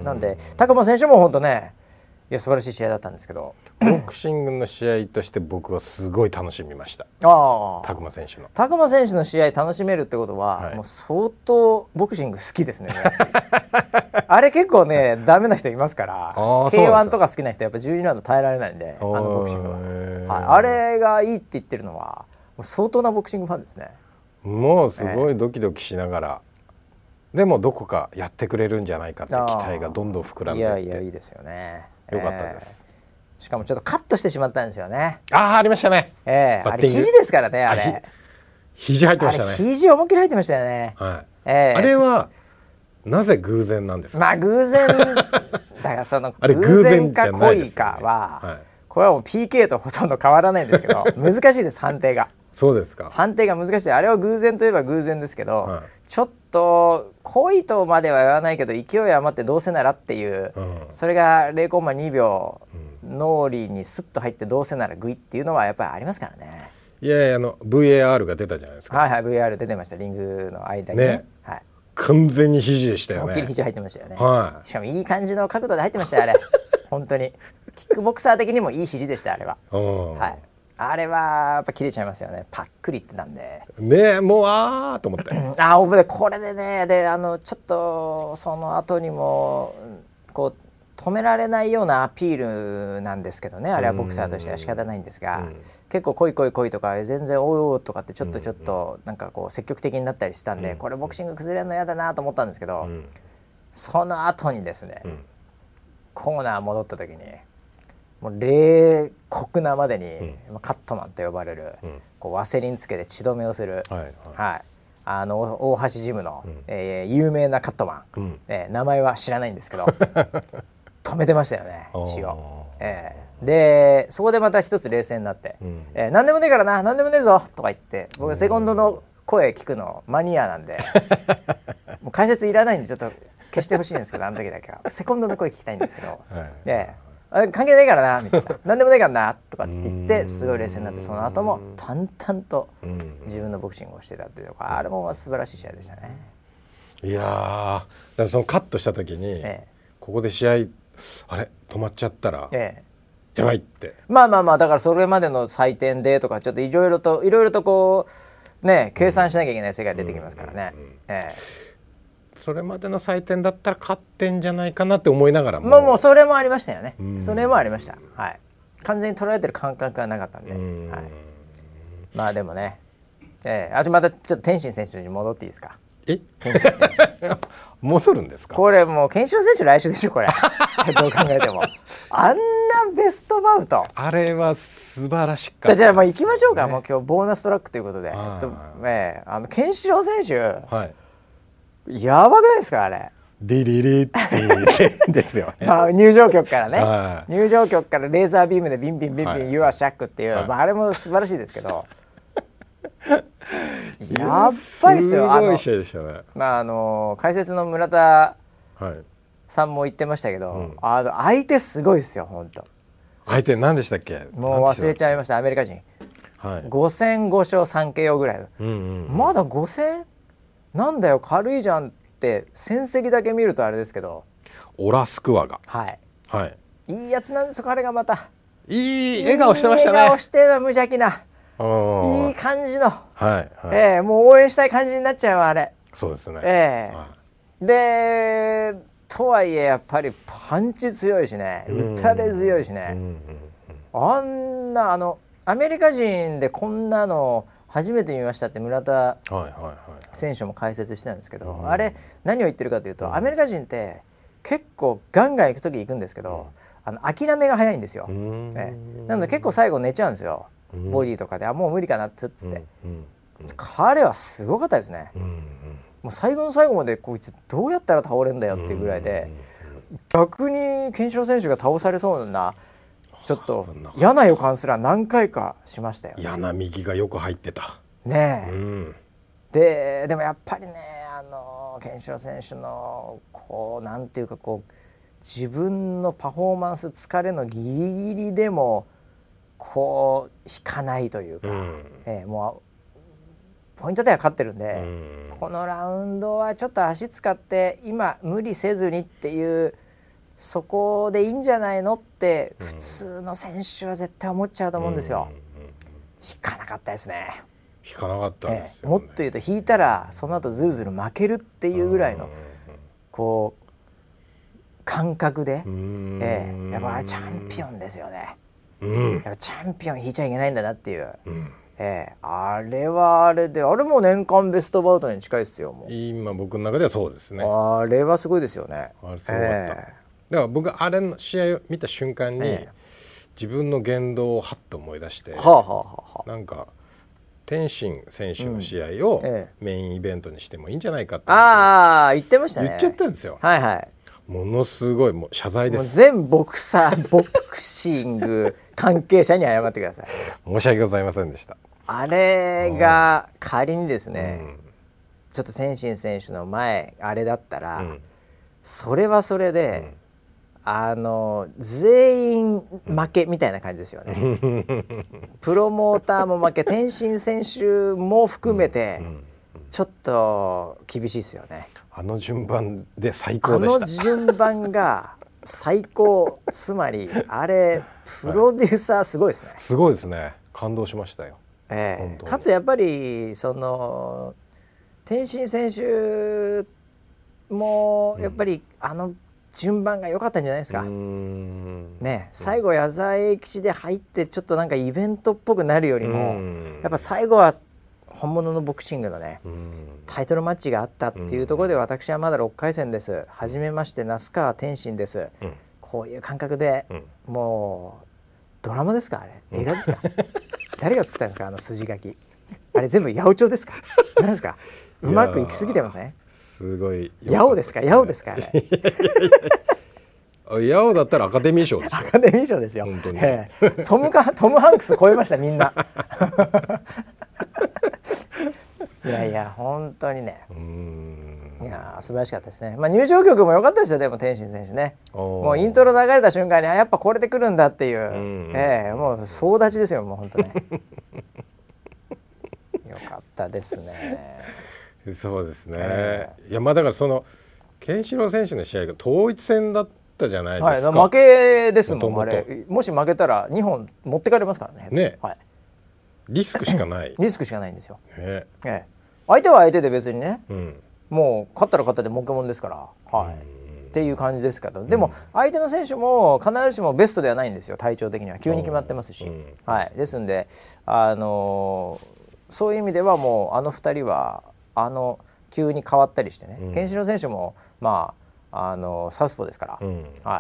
なんで拓磨選手も本当ね、いや素晴らしい試合だったんですけど、 ボクシングの試合として僕はすごい楽しみました。拓磨選手の試合楽しめるってことは、はい、もう相当ボクシング好きですねあれ結構ねダメな人いますから、K1 とか好きな人やっぱ12ラウンド耐えられないんで、ボクシングは、はい、あれがいいって言ってるのはもう相当なボクシングファンですね。 もうすごいドキドキしながら、でもどこかやってくれるんじゃないかって期待がどんどん膨らんでいって、 いやいいですよね。 よかったです、 しかもちょっとカットしてしまったんですよね。 ありましたね、 あれ肘ですからね。あれ肘入ってましたね。 肘思いっきり入ってましたよね、 はい。あれはなぜ偶然なんですか。 まあ偶然だからその偶然か恋かは、はい、これはもう PK とほとんど変わらないんですけど難しいです、判定が。 そうですか。 判定が難しい。あれは偶然といえば偶然ですけど、はい、ちょっと恋とまでは言わないけど勢い余ってどうせならっていう、それが 0.2 秒脳裏にスッと入ってどうせならグイっていうのはやっぱりありますからね。 いやVAR が出たじゃないですか。 はいはい、 VAR 出てました。リングの間に ね、はい、 完全に肘でしたよね。 思いっきり肘入ってましたよね、 はい、 しかもいい感じの角度で入ってましたよあれ本当にキックボクサー的にもいい肘でしたあれは。はい、あれはやっぱ切れちゃいますよね。パックリってなんでね、もうと思ってこれでね、でちょっとその後にもこう止められないようなアピールなんですけどね、あれはボクサーとしては仕方ないんですが、結構来いとか全然おいとかってちょっとなんかこう積極的になったりしたんで、これボクシング崩れるの嫌だなと思ったんですけど、その後にですね、コーナー戻った時にもう冷酷なまでに、カットマンと呼ばれる、こうワセリンつけて血止めをする、大橋ジムの、有名なカットマン、名前は知らないんですけど止めてましたよね、血を。でそこでまた一つ冷静になって、何でもねえからな、何でもねえぞとか言って、僕セコンドの声聞くのマニアなんでもう解説いらないんでちょっと消してほしいんですけどあの時だけはセコンドの声聞きたいんですけど、関係ないからなみたいな何でもないからなとかって言ってすごい冷静になって、その後も淡々と自分のボクシングをしてたっていうか、あれも素晴らしい試合でしたね。 いやだからそのカットした時に、ここで試合あれ止まっちゃったら、やばいってまあだからそれまでの採点でとかちょっといろいろとこうね計算しなきゃいけない世界出てきますからね。 それまでの採点だったら勝ってんじゃないかなって思いながらもうそれもありましたよね。それもありました。はい、完全に取られてる感覚がなかったんで、はい、まあでもね、またちょっと天心選手に戻っていいですか。 戻るんですか。 これもうケンシロウ選手来週でしょこれどう考えてもあんなベストバウト、 あれは素晴らしかったですね。 じゃあ行きましょうか、もう今日ボーナストラックということで、ちょっとケンシロウ選手、やばくないですかあれ。 デリリってですよね入場曲からね、入場曲からレーザービームでビンビンユアシャックっていう、あれも素晴らしいですけどやっぱりですよ。 すごい試合でしたね。 解説の村田さんも言ってましたけど、相手すごいですよ本当。 相手何でしたっけ。 もう忘れちゃいました。アメリカ人、5戦5勝3 KO ぐらい、まだ5戦なんだよ軽いじゃんって戦績だけ見るとあれですけど、 オラスクワがいいやつなんですよ。彼がまたいい笑顔してましたね。 いい笑顔して無邪気ないい感じの、もう応援したい感じになっちゃうあれ。 そうですね。 でとはいえやっぱりパンチ強いしね、打たれ強いしね、あんなアメリカ人でこんなの初めて見ましたって村田選手も解説してたんですけど、あれ何を言ってるかというと、アメリカ人って結構ガンガン行く時行くんですけど、諦めが早いんですよ。なので結構最後寝ちゃうんですよ、ボディとかで。もう無理かなっつって、彼はすごかったですね。もう最後の最後までこいつどうやったら倒れんだよっていうぐらいで、逆にケンシロウ選手が倒されそうなちょっと嫌な予感すら何回かしましたよね。 嫌な右がよく入ってたねえ、でもやっぱりねケンシロウ選手のこうなんていうかこう自分のパフォーマンス疲れのギリギリでもこう引かないというか、もうポイントでは勝ってるんで、このラウンドはちょっと足使って今無理せずにっていう、そこでいいんじゃないのって普通の選手は絶対思っちゃうと思うんですよ。引かなかったですね。 引かなかったですよね。 もっと言うと引いたらその後ずるずる負けるっていうぐらいのこう感覚で、やっぱチャンピオンですよね。やっぱチャンピオン引いちゃいけないんだなっていう、あれはあれで、あれも年間ベストバウトに近いですよ。もう今僕の中ではそうですね。 あれはすごいですよね。 あれすごかった。だから僕あれの試合を見た瞬間に、自分の言動をはっと思い出して、なんか天心選手の試合をメインイベントにしてもいいんじゃないかって言ってましたね。 言っちゃったんですよ。ものすごいもう謝罪です。 もう全ボクシング関係者に謝ってください。 申し訳ございませんでした。 あれが仮にですね、ちょっと天心選手の前あれだったら、それはそれで、全員負けみたいな感じですよね。プロモーターも負け、天心選手も含めてちょっと厳しいですよね。 あの順番で最高でした。 あの順番が最高つまりあれプロデューサーすごいですね。 すごいですね。感動しましたよ。 かつやっぱりその天心選手もやっぱりあの順番が良かったんじゃないですかね。最後矢沢永吉で入ってちょっとなんかイベントっぽくなるよりも、やっぱ最後は本物のボクシングのね、タイトルマッチがあったっていうところで、私はまだ6回戦です、はじめまして那須川天心です、こういう感覚で、もうドラマですか、あれ映画ですか誰が作ったんですか、あの筋書き、あれ全部八百長ですか何ですか、うまくいきすぎてません？ すごい八百ですか、八百ですか、あれ八百だったらアカデミー賞ですよ。 アカデミー賞ですよ。 本当にトムハンクス超えましたみんな。いやいや本当にね、いや素晴らしかったですね。入場曲も良かったですよ。でも天心選手ね、もうイントロ流れた瞬間にやっぱこれで来るんだっていう、もう総立ちですよ、もう本当ね。良かったですね。 そうですね。いやだからそのケンシロウ選手の試合が統一戦だったじゃないですか。 負けですもん。あれもし負けたら2本持ってかれますからね。 リスクしかないリスクしかないんですよ。相手は相手で別にね、もう勝ったら勝ったで儲けもんですから、っていう感じですけど、でも相手の選手も必ずしもベストではないんですよ。体調的には急に決まってますし、ですんでそういう意味ではもうあの2人は急に変わったりしてね、ケンシロウ選手もサウスポーですから、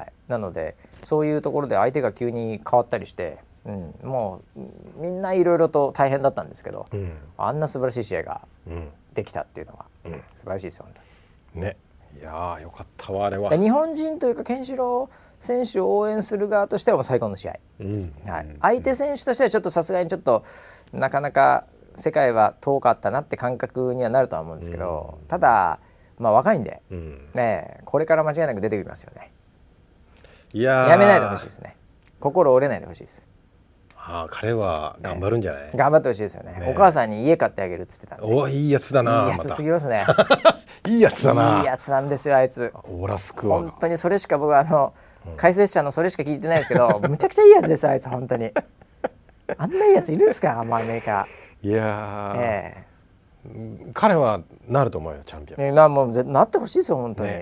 なのでそういうところで相手が急に変わったりして、もうみんないろいろと大変だったんですけど、あんな素晴らしい試合ができたっていうのは素晴らしいですよ、本当にね。 いやよかったわあれは。 日本人というかケンシロウ選手を応援する側としてはもう最高の試合、相手選手としてはちょっとさすがにちょっとなかなか世界は遠かったなって感覚にはなるとは思うんですけど、ただ若いんで、これから間違いなく出てきますよね。やめないでほしいですね。心折れないでほしいです。 彼は頑張るんじゃない？ 頑張ってほしいですよね。お母さんに家買ってあげるっつってたんで。 いいやつだな。 いいやつすぎますね。 いいやつだな。 いいやつなんですよあいつ。 オーラスクワが本当にそれしか僕解説者のそれしか聞いてないですけど、むちゃくちゃいいやつですあいつ本当に。あんないいやついるんですか、アメリカ。 いや彼はなると思うよ、チャンピオン。 もうなってほしいですよ本当に。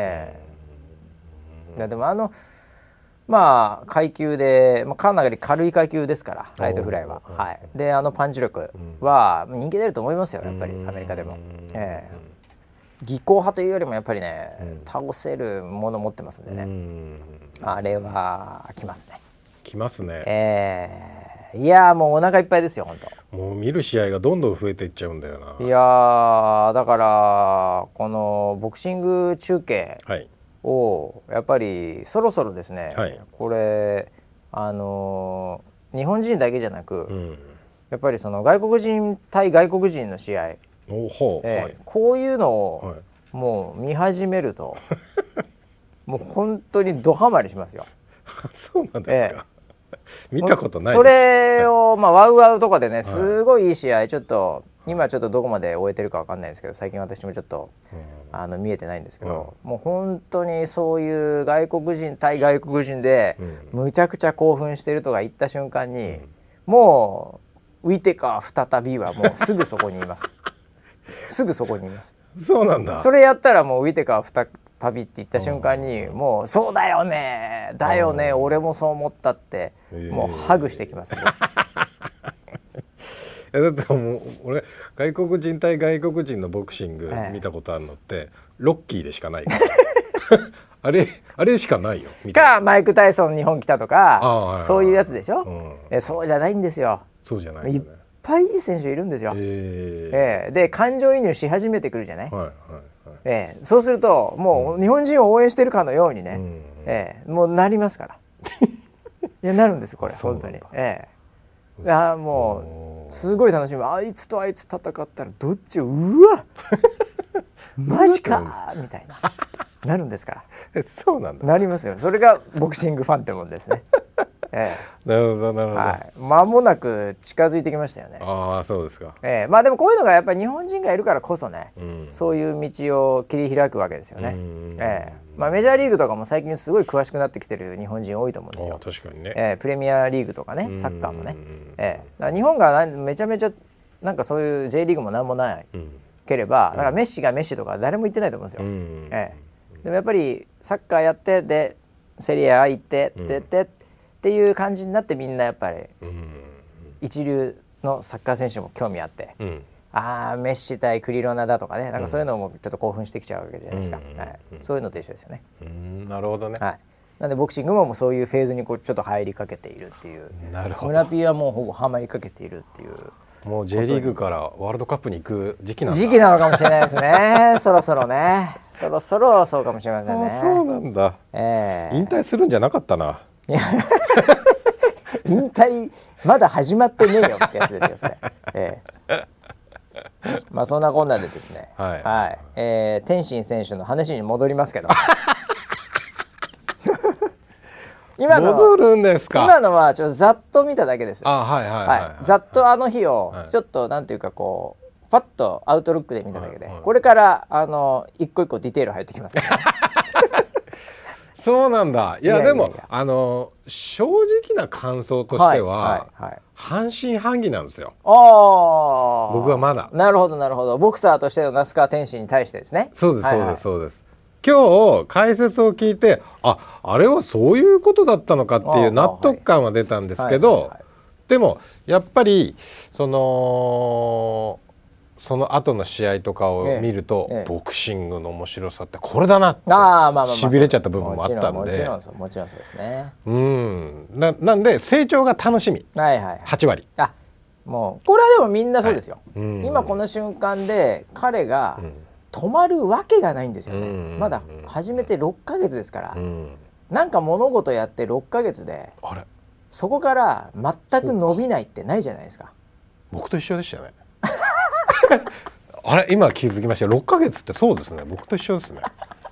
でも階級で、かなり軽い階級ですからライトフライは、でパンチ力は人気出ると思いますよ、やっぱりアメリカでも。技巧派というよりもやっぱりね、倒せるもの持ってますんでね、あれはきますね。 きますね。 いやもうお腹いっぱいですよ本当。 もう見る試合がどんどん増えていっちゃうんだよな。 いやだからこのボクシング中継をやっぱりそろそろですね、これ日本人だけじゃなく、やっぱりその外国人対外国人の試合、こういうのをもう見始めるともう本当にドハマりしますよ。 そうなんですか。 見たことないです。 それを、ワウワウとかでねすごいいい試合、ちょっと今ちょっとどこまで終えてるか分かんないですけど、最近私もちょっと、見えてないんですけど、もう本当にそういう外国人対外国人で、むちゃくちゃ興奮してるとか言った瞬間に、もうウィテカー再びはもうすぐそこにいますすぐそこにいます。 そうなんだ。 それやったらもうウィテカー再びって言った瞬間に、もうそうだよねだよね俺もそう思ったって、もうハグしてきますねだってもう俺外国人対外国人のボクシング見たことあるのって、ロッキーでしかないあれしかないよ。 かマイク・タイソン日本来たとか、そういうやつでしょ、そうじゃないんですよ。 そうじゃない、ね、 いっぱいいい選手いるんですよ。で感情移入し始めてくるじゃない、そうするともう日本人を応援してるかのようにね、もうなりますからいやなるんですこれ本当に。もうすごい楽しみ。あいつとあいつ戦ったらどっちをうわマジかみたいななるんですからそうなんだ。 なりますよ。それがボクシングファンってもんですねなるほどなるほど、 間もなく近づいてきましたよね。 ああそうですか。 でもこういうのがやっぱり日本人がいるからこそね、そういう道を切り開くわけですよね。メジャーリーグとかも最近すごい詳しくなってきてる日本人多いと思うんですよ。 確かにね、 プレミアリーグとかね、サッカーもね、だから日本がめちゃめちゃなんかそういう J リーグもなんもないければ、だからメッシがメッシとか誰も言ってないと思うんですよ。でもやっぱりサッカーやってでセリア行ってっていう感じになって、みんなやっぱり一流のサッカー選手も興味あって、メッシ対クリロナだとかね、なんかそういうのもちょっと興奮してきちゃうわけじゃないですか。そういうのと一緒ですよね。 なるほどね。 なんでボクシングもそういうフェーズにこうちょっと入りかけているっていう。 なるほど。 村 P はもうほぼはまりかけているっていう。 もう J リーグからワールドカップに行く時期なのかもしれないですねそろそろね、そろそろそうかもしれませんね。 そうなんだ、引退するんじゃなかったな。 引退まだ始まってねえよってやつですよそれ。そんなこんなでですね、天心選手の話に戻りますけど戻るんですか。 今のはちょっとざっと見ただけです。ざっとあの日をちょっとなんていうかこうパッとアウトロックで見ただけで、これから一個一個ディテール入ってきますねそうなんだ。いやでも正直な感想としては半信半疑なんですよ。僕はまだ。 なるほどなるほど。ボクサーとしての那須川天心に対してですね。 そうですそうですそうです。今日解説を聞いてあれはそういうことだったのかっていう納得感は出たんですけど、でもやっぱりその後の試合とかを見ると、ボクシングの面白さってこれだなってしびれちゃった部分もあったんで、 もちろんそうですね。 なんで成長が楽しみ。8割。 もうこれはでもみんなそうですよ。今この瞬間で彼が止まるわけがないんですよね。まだ始めて6ヶ月ですから、なんか物事やって6ヶ月でそこから全く伸びないってないじゃないですか。 僕と一緒でしたよねあれ今気づきました。6ヶ月ってそうですね、僕と一緒ですね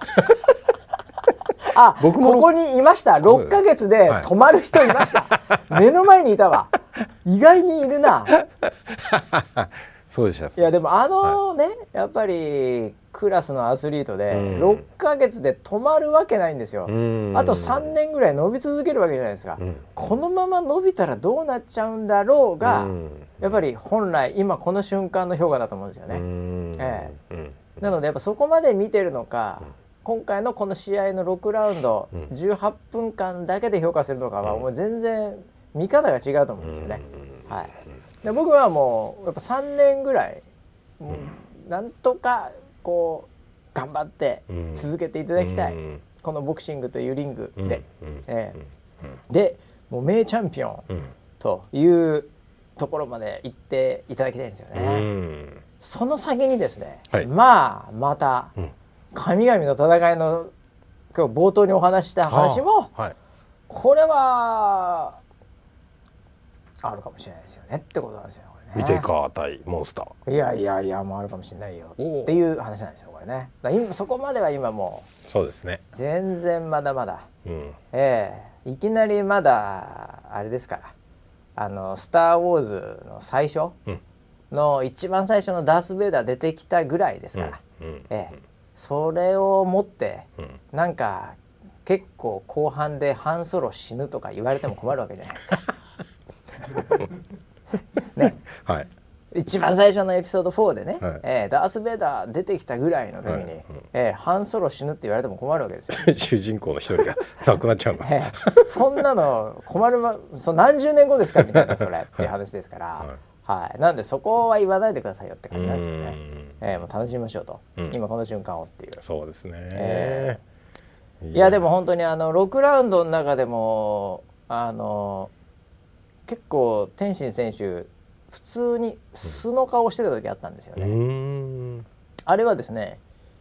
僕もここにいました。6ヶ月で止まる人いました、目の前にいたわ。意外にいるなそうでした。 いやでもやっぱりクラスのアスリートで6ヶ月で止まるわけないんですよ。あと3年ぐらい伸び続けるわけじゃないですか。このまま伸びたらどうなっちゃうんだろうが、やっぱり本来今この瞬間の評価だと思うんですよね。なのでやっぱそこまで見てるのか、今回のこの試合の6ラウンド18分間だけで評価するのかはもう全然見方が違うと思うんですよね。で僕はもうやっぱ3年ぐらい、なんとかこう頑張って続けていただきたい、このボクシングというリングで、でもう名チャンピオンというところまで行っていただきたいんですよね。その先にですね、また神々の戦いの今日冒頭にお話した話も、これはあるかもしれないですよねってことなんですよ、これウィテカー対モンスター。いやもうあるかもしれないよっていう話なんですよこれね。今そこまでは今もうそうですね。 全然まだまだ、いきなりまだあれですから、スター・ウォーズの最初の一番最初のダース・ベイダー出てきたぐらいですから、それを持って、なんか結構後半でハンソロ死ぬとか言われても困るわけじゃないですか。ね、 はい、 一番最初のエピソード4でね、ダース・ベイダー出てきたぐらいの時に、ハンソロ死ぬって言われても困るわけですよ。 主人公の一人が亡くなっちゃうの、 そんなの困る、何十年後ですかみたいなそれっていう話ですから、なんでそこは言わないでくださいよって感じなんですよね。もう楽しみましょうと、今この瞬間をっていう。 そうですね、 いやでも本当に6ラウンドの中でも結構天心選手普通に素の顔してた時あったんですよね。あれはですね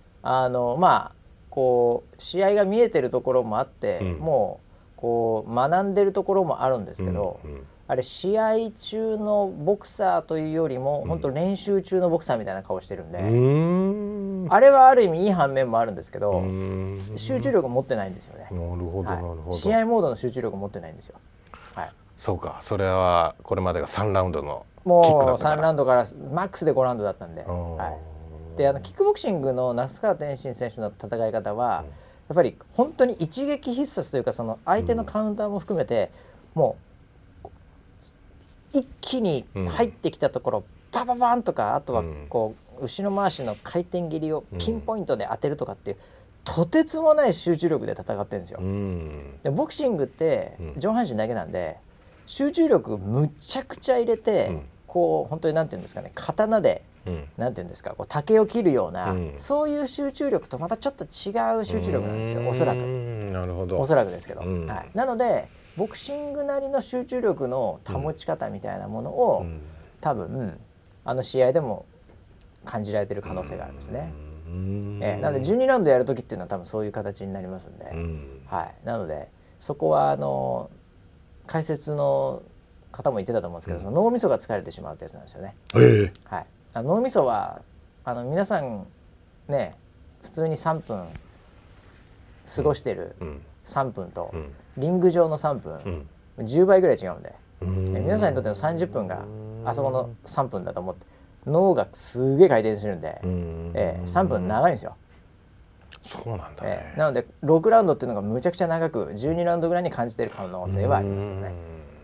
こう試合が見えてるところもあって、もうこう学んでるところもあるんですけど、あれ試合中のボクサーというよりも本当練習中のボクサーみたいな顔してるんで、あれはある意味いい反面もあるんですけど、集中力持ってないんですよね。 なるほど、なるほど。 試合モードの集中力持ってないんですよ。 そうか、それはこれまでが3ラウンドのもう3ラウンドからマックスで5ラウンドだったんで、でキックボクシングの那須川天心選手の戦い方は、やっぱり本当に一撃必殺というか、その相手のカウンターも含めて、もう一気に入ってきたところ、バババンとか、あとはこう後ろ回しの回転切りをピンポイントで当てるとかっていう、とてつもない集中力で戦ってるんですよ。でボクシングって上半身だけなんで、集中力むちゃくちゃ入れて、こう本当になんていうんですかね、刀で、なんていうんですか、こう竹を切るような、そういう集中力とまたちょっと違う集中力なんですよ、おそらく。 なるほど。 おそらくですけど、なのでボクシングなりの集中力の保ち方みたいなものを、多分試合でも感じられてる可能性があるんですね。なので12ラウンドやる時っていうのは多分そういう形になりますんで、なのでそこは解説の方も言ってたと思うんですけど、脳みそが疲れてしまうってやつなんですよね。脳みそは皆さんね、普通に3分過ごしてる3分と、リング上の3分、10倍ぐらい違うんで、皆さんにとっての30分があそこの3分だと思って、脳がすげえ回転してるんで、3分長いんですよ。 そうなんだね。 なので6ラウンドっていうのがむちゃくちゃ長く、12ラウンドぐらいに感じている可能性はありますよね。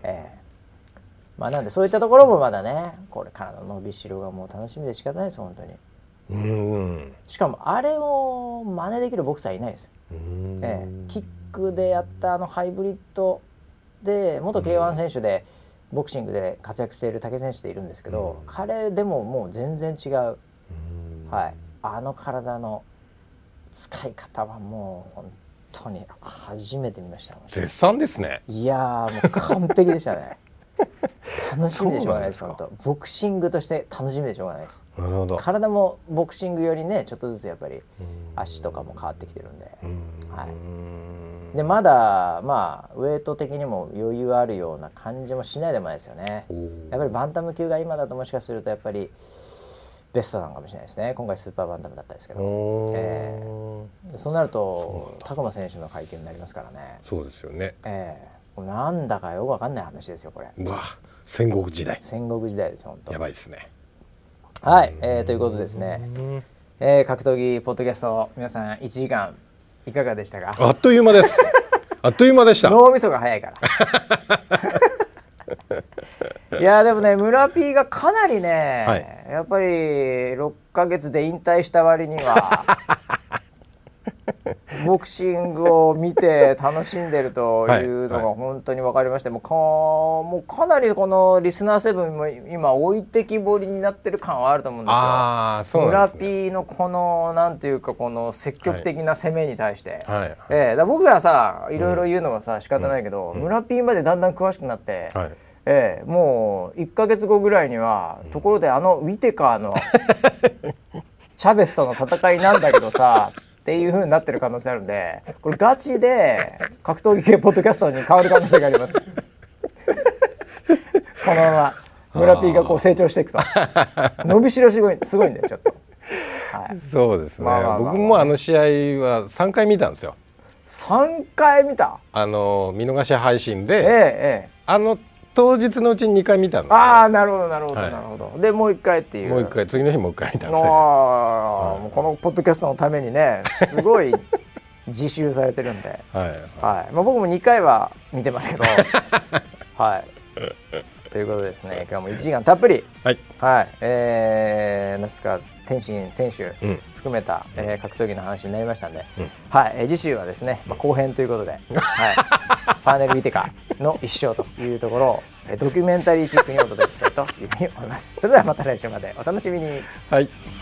なんでそういったところもまだね、これからの伸びしろがもう楽しみで仕方ないです本当に。しかもあれを真似できるボクサーいないです。キックでやったハイブリッドで元 K1 選手でボクシングで活躍している武選手でいるんですけど、彼でももう全然違う、体の使い方はもう本当に初めて見ました。 絶賛ですね。 いやもう完璧でしたね。楽しみでしょうがないです。本当ボクシングとして楽しみでしょうがないです。 なるほど。 体もボクシングよりね、ちょっとずつやっぱり足とかも変わってきてるんで、でまだウエイト的にも余裕あるような感じもしないでもないですよね。やっぱりバンタム級が今だともしかするとやっぱりベストなのかもしれないですね。今回スーパーバンタムだったんですけど、そうなると拓磨選手の階級になりますからね。 そうですよね。 なんだかよくわかんない話ですよこれ。 戦国時代。 戦国時代です本当。 やばいですね。 はい、ということですね。格闘技ポッドキャスト、皆さん1時間いかがでしたか。 あっという間です。あっという間でした。 脳みそが早いからいやでもね、村 P がかなりね、やっぱり6ヶ月で引退した割にはボクシングを見て楽しんでるというのが本当に分かりまして、もうかなりこのリスナー7も今置いてきぼりになってる感はあると思うんですよ。村 P のこのなんていうか、この積極的な攻めに対して、だ僕がさいろいろ言うのがさ仕方ないけど、村 P までだんだん詳しくなって、もう1ヶ月後ぐらいには、ところでウィテカーのチャベスとの戦いなんだけどさっていう風になってる可能性あるんで、これガチで格闘技系ポッドキャストに変わる可能性がありますこのまま村 P がこう成長していくと伸びしろすごいんだよちょっと、 はい、そうですね、僕もあの試合は3回見たんですよ。 3回見た？ 見逃し配信で、当日のうちに2回見たんですよ。 ああ、なるほどなるほど、はい、なるほど。でもう1回っていう。 もう1回、次の日もう1回見たんで。 もうこのポッドキャストのためにね、すごい自習されてるんで、はいはい、僕も2回は見てますけどはいということですね、今日も1時間たっぷり、はいはい、那須川天心選手含めた、格闘技の話になりましたんで、はい、次週はですね、後編ということで、はい、パーネル・ウィテカの一生というところをドキュメンタリーチックにお届けしたいというふうに思います。それではまた来週までお楽しみに。はい。